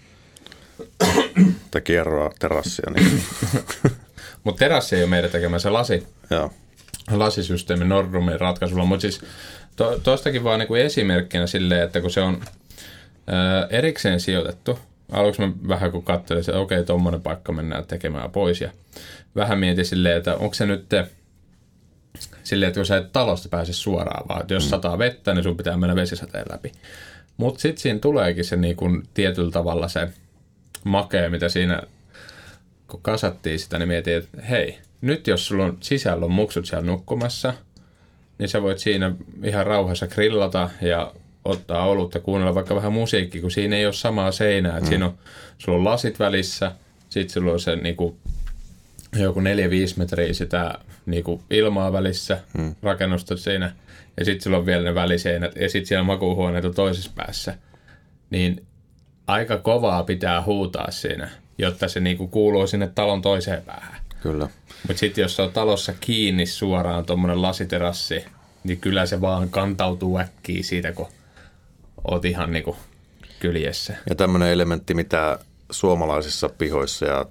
Tai kierroa terassia. Niin. Mutta terassi ei ole meidän tekemässä lasi. Joo. Lasisysteemi Norrumin ratkaisulla. Mutta siis to, tostakin vaan niinku esimerkkinä silleen, että kun se on ää, erikseen sijoitettu. Aluksi mä vähän kun katselin, että okei, tommonen paikka mennään tekemään pois. Ja vähän mietin silleen, että onko se nyt te, silleen, että kun sä et talosta pääse suoraan, vaan että jos mm. sataa vettä, niin sun pitää mennä vesisateen läpi. Mutta sitten siinä tuleekin se niinku tietyllä tavalla se makea, mitä siinä, kun kasattiin sitä, niin mietin, että hei, nyt jos sulla on sisällä on muksut siellä nukkumassa, niin sä voit siinä ihan rauhassa grillata ja ottaa olutta, kuunnella vaikka vähän musiikkia, kun siinä ei ole samaa seinää. Että mm. siinä on, sulla on lasit välissä, sitten sulla on se niinku, joku neljä viisi metriä sitä niinku, ilmaa välissä, mm. rakennusta siinä, ja sitten sulla on vielä ne väliseinät, ja sitten siellä makuuhuoneet on toisessa päässä. Niin aika kovaa pitää huutaa siinä, jotta se niinku kuuluu sinne talon toiseen päähän. Kyllä. Mutta sitten jos se on talossa kiinni suoraan tuommoinen lasiterassi, niin kyllä se vaan kantautuu äkkiä siitä, kun oot ihan niinku kyljessä. Ja tämmöinen elementti, mitä suomalaisissa pihoissa ja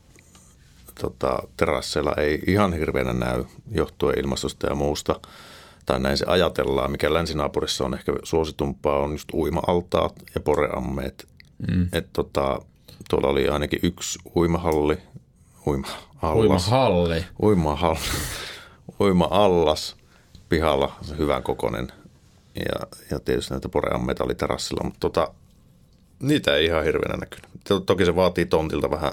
tota, terasseilla ei ihan hirveänä näy johtuen ilmastosta ja muusta, tai näin se ajatellaan, mikä länsinaapurissa on ehkä suositumpaa, on just uima-altaat ja poreammeet. Mm. Että tota, tuolla oli ainakin yksi uimahalli, uima-allas, uimahalli, uimahalli, uima-allas pihalla, se hyvän kokoinen, ja, ja tietysti näitä poreammeita oli terassilla, mutta tota, niitä ei ihan hirveänä näkynyt. Toki se vaatii tontilta vähän,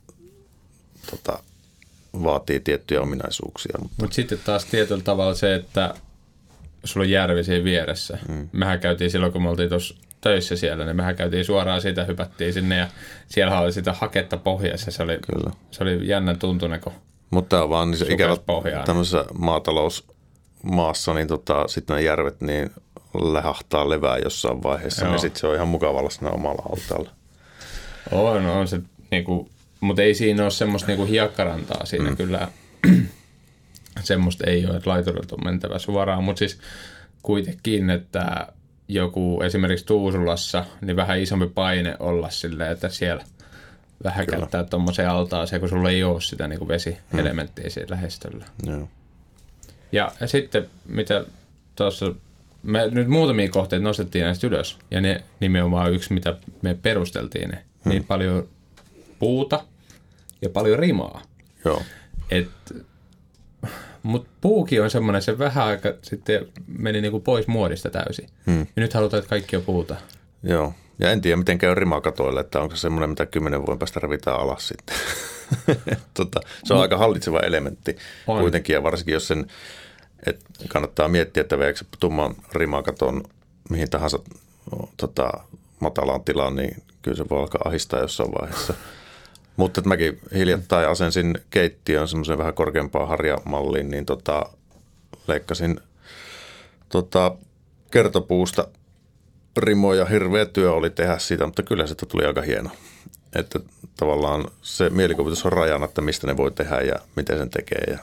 tota, vaatii tiettyjä ominaisuuksia. Mutta Mut sitten taas tietyllä tavalla se, että sulla on järvi siinä vieressä. Mm. Mehän käytiin silloin, kun me oltiin tuossa töissä siellä, niin mehän käytiin suoraan siitä, hypättiin sinne ja siellä oli sitä haketta pohjassa. Se oli, se oli jännän tuntunen, kun mutta tämä on vaan niin se ikävä tämmöisessä maatalousmaassa, niin tota, sitten ne järvet niin lähahtaa levää jossain vaiheessa, Joo. niin sitten se on ihan mukavalla siinä omalla altaalla. On, on se, niinku, mutta ei siinä ole semmoista niinku hiekkarantaa siinä mm. kyllä. Semmoista ei ole, että laiturilta on mentävä suoraan, mutta siis kuitenkin, että joku esimerkiksi Tuusulassa, niin vähän isompi paine olla silleen, että siellä vähän Kyllä. käyttää tuommoiseen altaaseen, kun sulla ei ole sitä niin kuin vesielementtiä hmm. siinä lähestöllä. Joo. Ja, ja sitten, mitä tuossa, me nyt muutamia kohteita nostettiin näistä ylös, ja ne nimenomaan yksi, mitä me perusteltiin, ne, hmm. niin paljon puuta ja paljon rimaa. Joo. Että mutta puukin on semmoinen, se vähän aika sitten meni niinku pois muodista täysin. Hmm. Ja nyt halutaan, että kaikki on puuta. Joo. Ja en tiedä, miten käy rimakatoille, että onko se semmoinen, mitä kymmenen vuoden päästä revitaan alas sitten. tota, se on Mut, aika hallitseva elementti on. Kuitenkin, ja varsinkin jos sen, että kannattaa miettiä, että veikö tumman rimakaton mihin tahansa no, tota, matalaan tilaan, niin kyllä se voi alkaa ahistaa jossain vaiheessa. Mutta mäkin hiljattain asensin keittiön semmoisen vähän korkeampaan harjamalliin, niin tota, leikkasin tota, kertopuusta rimoja. Hirveä työ oli tehdä siitä, mutta kyllä se tuli aika hieno. Että tavallaan se mielikuvitus on rajana, että mistä ne voi tehdä ja miten sen tekee. Ja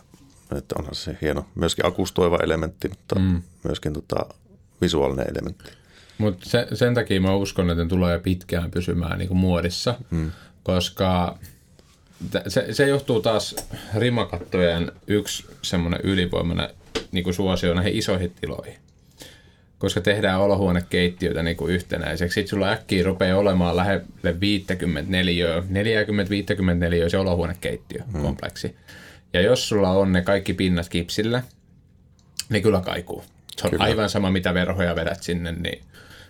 Että onhan se hieno. Myöskin akustoiva elementti, mutta mm. myöskin tota, visuaalinen elementti. Mutta se, sen takia mä uskon, että ne tulee pitkään pysymään niin kuin muodissa, mm. koska se, se johtuu taas rimakattojen yksi semmoinen ylivoimainen niin kuin suosio näihin isoihin tiloihin. Koska tehdään olohuonekeittiöitä niin kuin yhtenäiseksi. Sitten sulla äkkiä rupeaa olemaan lähelle viisikymmentäneljä, neljäkymmentä viisikymmentäneljä se olohuonekeittiökompleksi. Mm. Ja jos sulla on ne kaikki pinnat kipsillä, niin kyllä kaikuu. Se on kyllä. Aivan sama, mitä verhoja vedät sinne, niin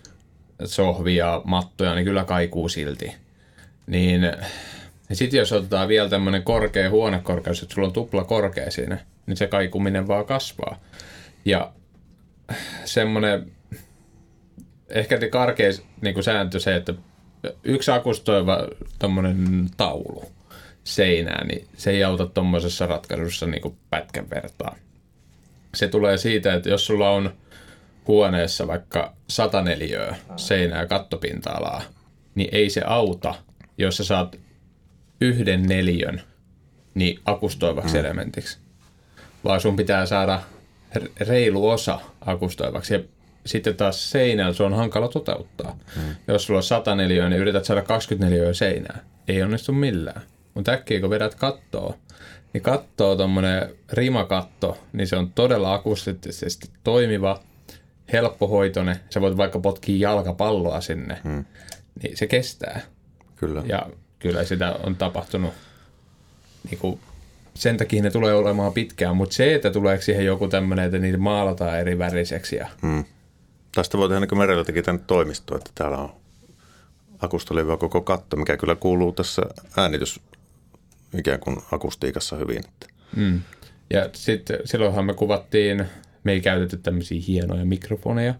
sohvia, mattoja, niin kyllä kaikuu silti. Niin sitten jos otetaan vielä tämmöinen korkea huonekorkeus, että sulla on tupla korkea siinä, niin se kaikuminen vaan kasvaa. Ja semmoinen ehkä karkea niin sääntö se, että yksi akustoiva tommonen taulu seinään, niin se ei auta tuommoisessa ratkaisussa niin kuin pätkän vertaa. Se tulee siitä, että jos sulla on huoneessa vaikka sata neliöä seinää ja kattopinta-alaa, niin ei se auta, jos sä saat yhden neliön niin akustoivaksi mm. elementiksi. Vaan sun pitää saada reilu osa akustoivaksi. Ja sitten taas seinällä se on hankala toteuttaa. Mm. Jos sulla on sata neliöä, niin yrität saada kaksikymmentä neliöä seinää. Ei onnistu millään. Mutta äkkiä kun vedät kattoa, niin kattoo tommonen rimakatto, niin se on todella akustisesti toimiva, helppohoitoinen. Sä voit vaikka potkia jalkapalloa sinne, hmm. niin se kestää. Kyllä. Ja kyllä sitä on tapahtunut. Niin kuin, sen takia ne tulee olemaan pitkään, mutta se, että tuleeko siihen joku tämmöinen, että niitä maalataan eri väriseksi. Ja... Hmm. Tästä voi tehdä niin kuin Merelläkin tänne toimistoon, että täällä on akustolevy koko katto, mikä kyllä kuuluu tässä äänitys ikään kuin akustiikassa hyvin. Mm. Ja sitten silloinhan me kuvattiin, me ei käytetty tämmöisiä hienoja mikrofoneja,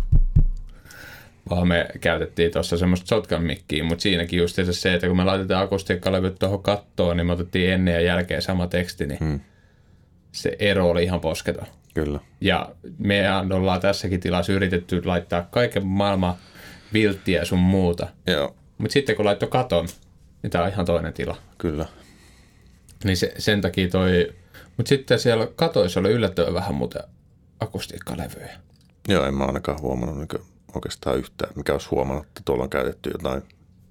vaan me käytettiin tuossa semmoista shotgun-mikkiä, mutta siinäkin just se, että kun me laitetaan akustiikkalevyt tuohon kattoon, niin me otettiin ennen ja jälkeen sama teksti, niin hmm. se ero oli ihan posketon. Kyllä. Ja me ollaan tässäkin tilassa yritetty laittaa kaiken maailman vilttiä sun muuta. Joo. Mutta sitten kun laittoi katon, niin tää on ihan toinen tila. Kyllä. Niin se, sen takia toi... Mutta sitten siellä katoissa oli yllättävän vähän muuten akustiikkalevyjä. Joo, en mä ainakaan huomannut niin oikeastaan yhtään, mikä olisi huomannut, että tuolla on käytetty jotain.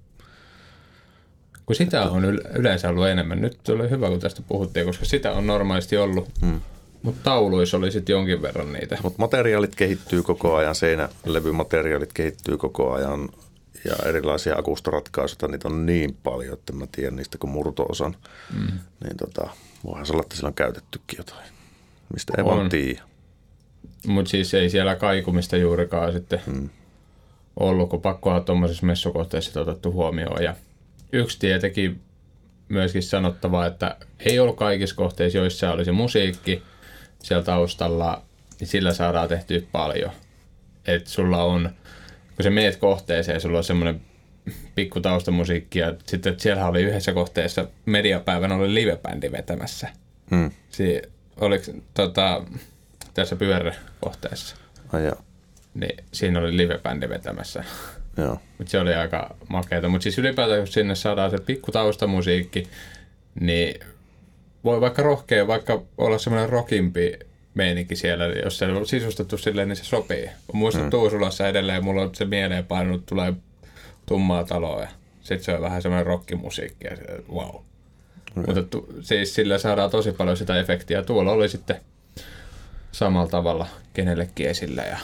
Kun sitä että... on yleensä ollut enemmän. Nyt oli hyvä, kun tästä puhuttiin, koska sitä on normaalisti ollut. Hmm. Mutta tauluissa oli sitten jonkin verran niitä. Mutta materiaalit kehittyy koko ajan, seinälevymateriaalit kehittyy koko ajan. Ja erilaisia akustoratkaisuja, niitä on niin paljon, että mä tiedän niistä kuin murto-osan. Mm. Niin tota, voihan se olla, että siellä on käytettykin jotain, mistä ei on. Vaan tiedä. Mutta siis ei siellä kaikumista juurikaan sitten mm. ollut, kun pakkoa tuommoisessa messukohteessa otettu huomioon. Ja yksi tietenkin myöskin sanottava, että ei ollut kaikissa kohteissa, joissa oli se musiikki siellä taustalla, niin sillä saadaan tehtyä paljon. Että sulla on... Kun sä meet kohteeseen, sulla on semmoinen pikku taustamusiikki, ja sitten siellä oli yhdessä kohteessa mediapäivänä oli livebändi vetämässä. Hmm. Si- oliko tota, tässä pyöräkohteessa? Ai joo. Niin siinä oli livebändi vetämässä. Joo. Mutta se oli aika makeata. Mutta siis ylipäätään, kun sinne saadaan se pikku taustamusiikki, niin voi vaikka rohkea, vaikka olla semmoinen rockimpi meininki siellä, jos se on sisustettu silleen, niin se sopii. Muistan mm. Tuusulassa edelleen, mulla on se mieleen painunut, tulee tummaa taloa ja sitten se on vähän semmoinen rockimusiikki ja se, wow. Mm. Mutta tu, siis sillä saadaan tosi paljon sitä efektiä. Tuolla oli sitten samalla tavalla kenellekin esillä. Ja...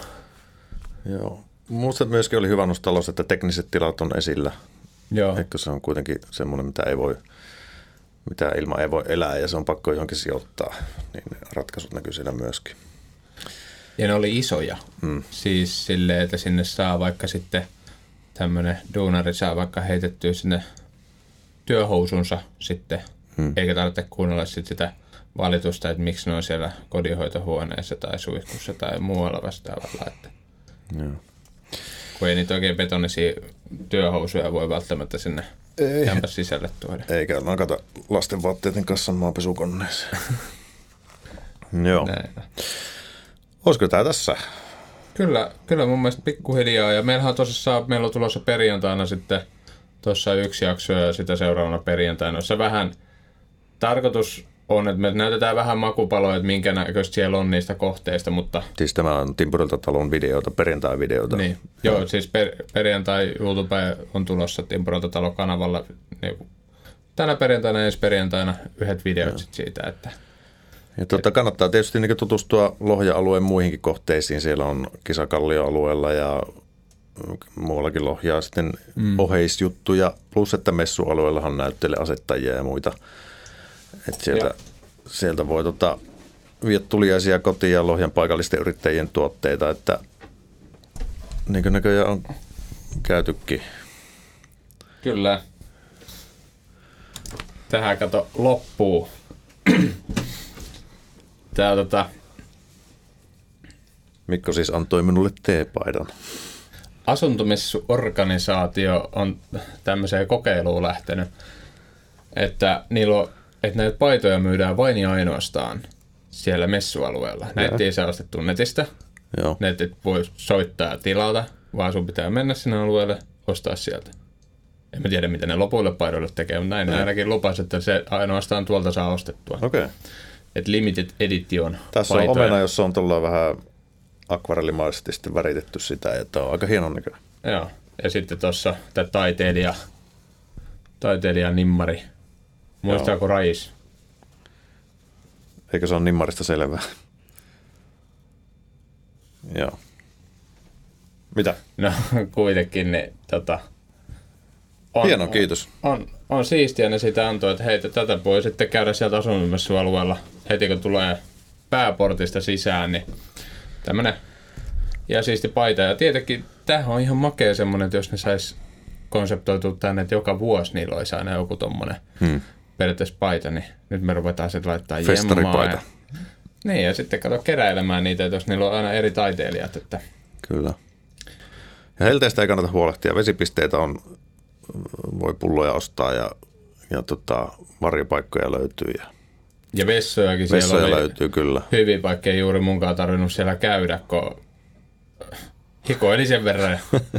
Joo. Musta myöskin oli hyvä nostaa alas, että tekniset tilat on esillä. Joo. Eikö se on kuitenkin semmoinen, mitä ei voi... mitä ilman ei voi elää ja se on pakko johonkin sijoittaa, niin ratkaisut näkyy siinä myöskin. Ja ne oli isoja. Mm. Siis silleen, että sinne saa vaikka sitten tämmöinen duunari saa vaikka heitettyä sinne työhousunsa sitten, mm. eikä tarvitse kuunnella sitten sitä valitusta, että miksi ne on siellä kodinhoitohuoneessa tai suihkussa tai muualla vastaavalla. Että Joo. Kun ei niitä oikein betonisia työhousuja voi välttämättä sinne kämpäs sisälle tuoda. Eikä nakata lasten vaatteiden kassan maanpesukoneeseen. Joo. Näin. Olisiko tämä tässä? Kyllä, kyllä mun mielestä pikkuhiljaa. Ja meillähän on tosissaan, meillä on tulossa perjantaina sitten tuossa yksi jakso ja sitä seuraavana perjantaina. Se vähän tarkoitus on, että me näytetään vähän makupaloja, että minkä näköistä siellä on niistä kohteista, mutta... Siis tämä on Timpurilta-talon videota, perjantai-videota. Niin, joo, joo siis per, perjantai YouTube on tulossa Timpurilta-talon kanavalla niin, tänä perjantaina ja ensi perjantaina yhdet videot sit siitä, että... Ja tuota, kannattaa tietysti niin tutustua Lohja-alueen muihinkin kohteisiin. Siellä on Kisakallio-alueella ja muuallakin Lohjaa sitten mm. oheisjuttuja, plus että messualueellahan näyttelee asettajia ja muita. Et sieltä, ja. sieltä voi tota, viedä tuliaisia kotiin ja Lohjan paikallisten yrittäjien tuotteita, että niin kuin näköjään on käytykin. Kyllä. Tähän kato loppuu. Tää tota... Mikko siis antoi minulle teepaidan. Asuntomessuorganisaatio on tämmöiseen kokeiluun lähtenyt, että, niillä on, että näitä paitoja myydään vain ja ainoastaan siellä messualueella. Näitä ei saa ostettua netistä. Joo. Näitä voi soittaa ja tilata, vaan sun pitää mennä sinne alueelle, ostaa sieltä. En mä tiedä, mitä ne lopuille paidoille tekee, mutta näin ne ainakin lupasi, että se ainoastaan tuolta saa ostettua. Okei. Okay. Että limited edition tässä paitoja. On omena, jossa on tuolla vähän akvarellimaisesti sitten väritetty sitä, että on aika hienon näköinen. Joo, ja sitten tuossa tämä taiteilija, taiteilija Nimmari. Muistaako Rais? Eikö se ole Nimmarista selvää? Joo. Mitä? No kuitenkin ne tota... On, Hieno, kiitos. On, on, on siistiä ne siitä antoi, että hei, tätä voi sitten käydä sieltä asunnonmessualueella heti kun tulee pääportista sisään, niin tämmönen ja siisti paita. Ja tietenkin tämähän on ihan makea semmonen, että jos ne sais konseptoitua tänne, että joka vuosi niillä olisi aina joku tommonen hmm. periaatteessa paita, niin nyt me ruvetaan sitten laittaa jemmaa. Festaripaita. Niin, ja sitten kato keräilemään niitä, että jos niillä on aina eri taiteilijat. Että... Kyllä. Ja helteistä ei kannata huolehtia. Vesipisteitä on, voi pulloja ostaa ja, ja tota, varjopaikkoja löytyy. Ja, ja vessojakin vessoja siellä oli löytyy, kyllä. Hyviä paikkoja juuri munkaan tarvinnut siellä käydä, kun hikoili sen verran.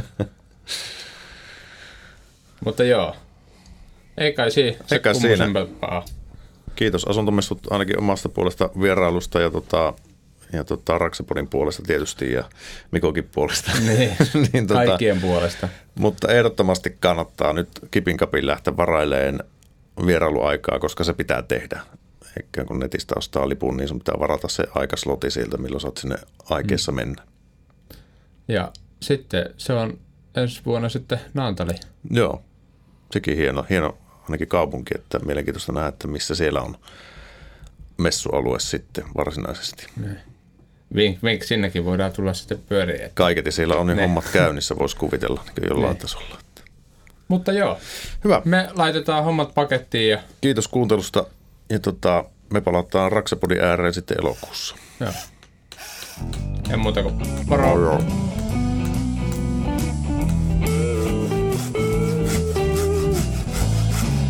Mutta joo, ei kai, si- se kummosempaa. Kiitos asuntomessut ainakin omasta puolesta vierailusta ja, tota, ja tota, Raksapodin puolesta tietysti ja Mikokin puolesta. Niin, niin, tota, kaikkien puolesta. Mutta ehdottomasti kannattaa nyt kipin kapin lähteä varaileen vierailuaikaa, koska se pitää tehdä. Eikä kun netistä ostaa lipun, niin sun pitää varata se aikaslotti siltä, milloin sä oot sinne aikeessa mm. mennä. Ja sitten se on ensi vuonna sitten Naantali. Joo, sekin hieno, hieno ainakin kaupunki, että mielenkiintoista nähdä, että missä siellä on messualue sitten varsinaisesti. Vink, vink, sinnekin voidaan tulla sitten pyöriin. Että... Kaiketi siellä on ne hommat käynnissä, voisi kuvitella niin jollain ne. tasolla. Mutta joo, hyvä. Me laitetaan hommat pakettiin. Ja... Kiitos kuuntelusta ja tota, me palataan Raksapodin ääreen sitten elokuussa. Joo. En muuta kuin moro. Oh, joo.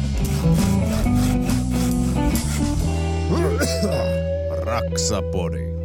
Raksapodi.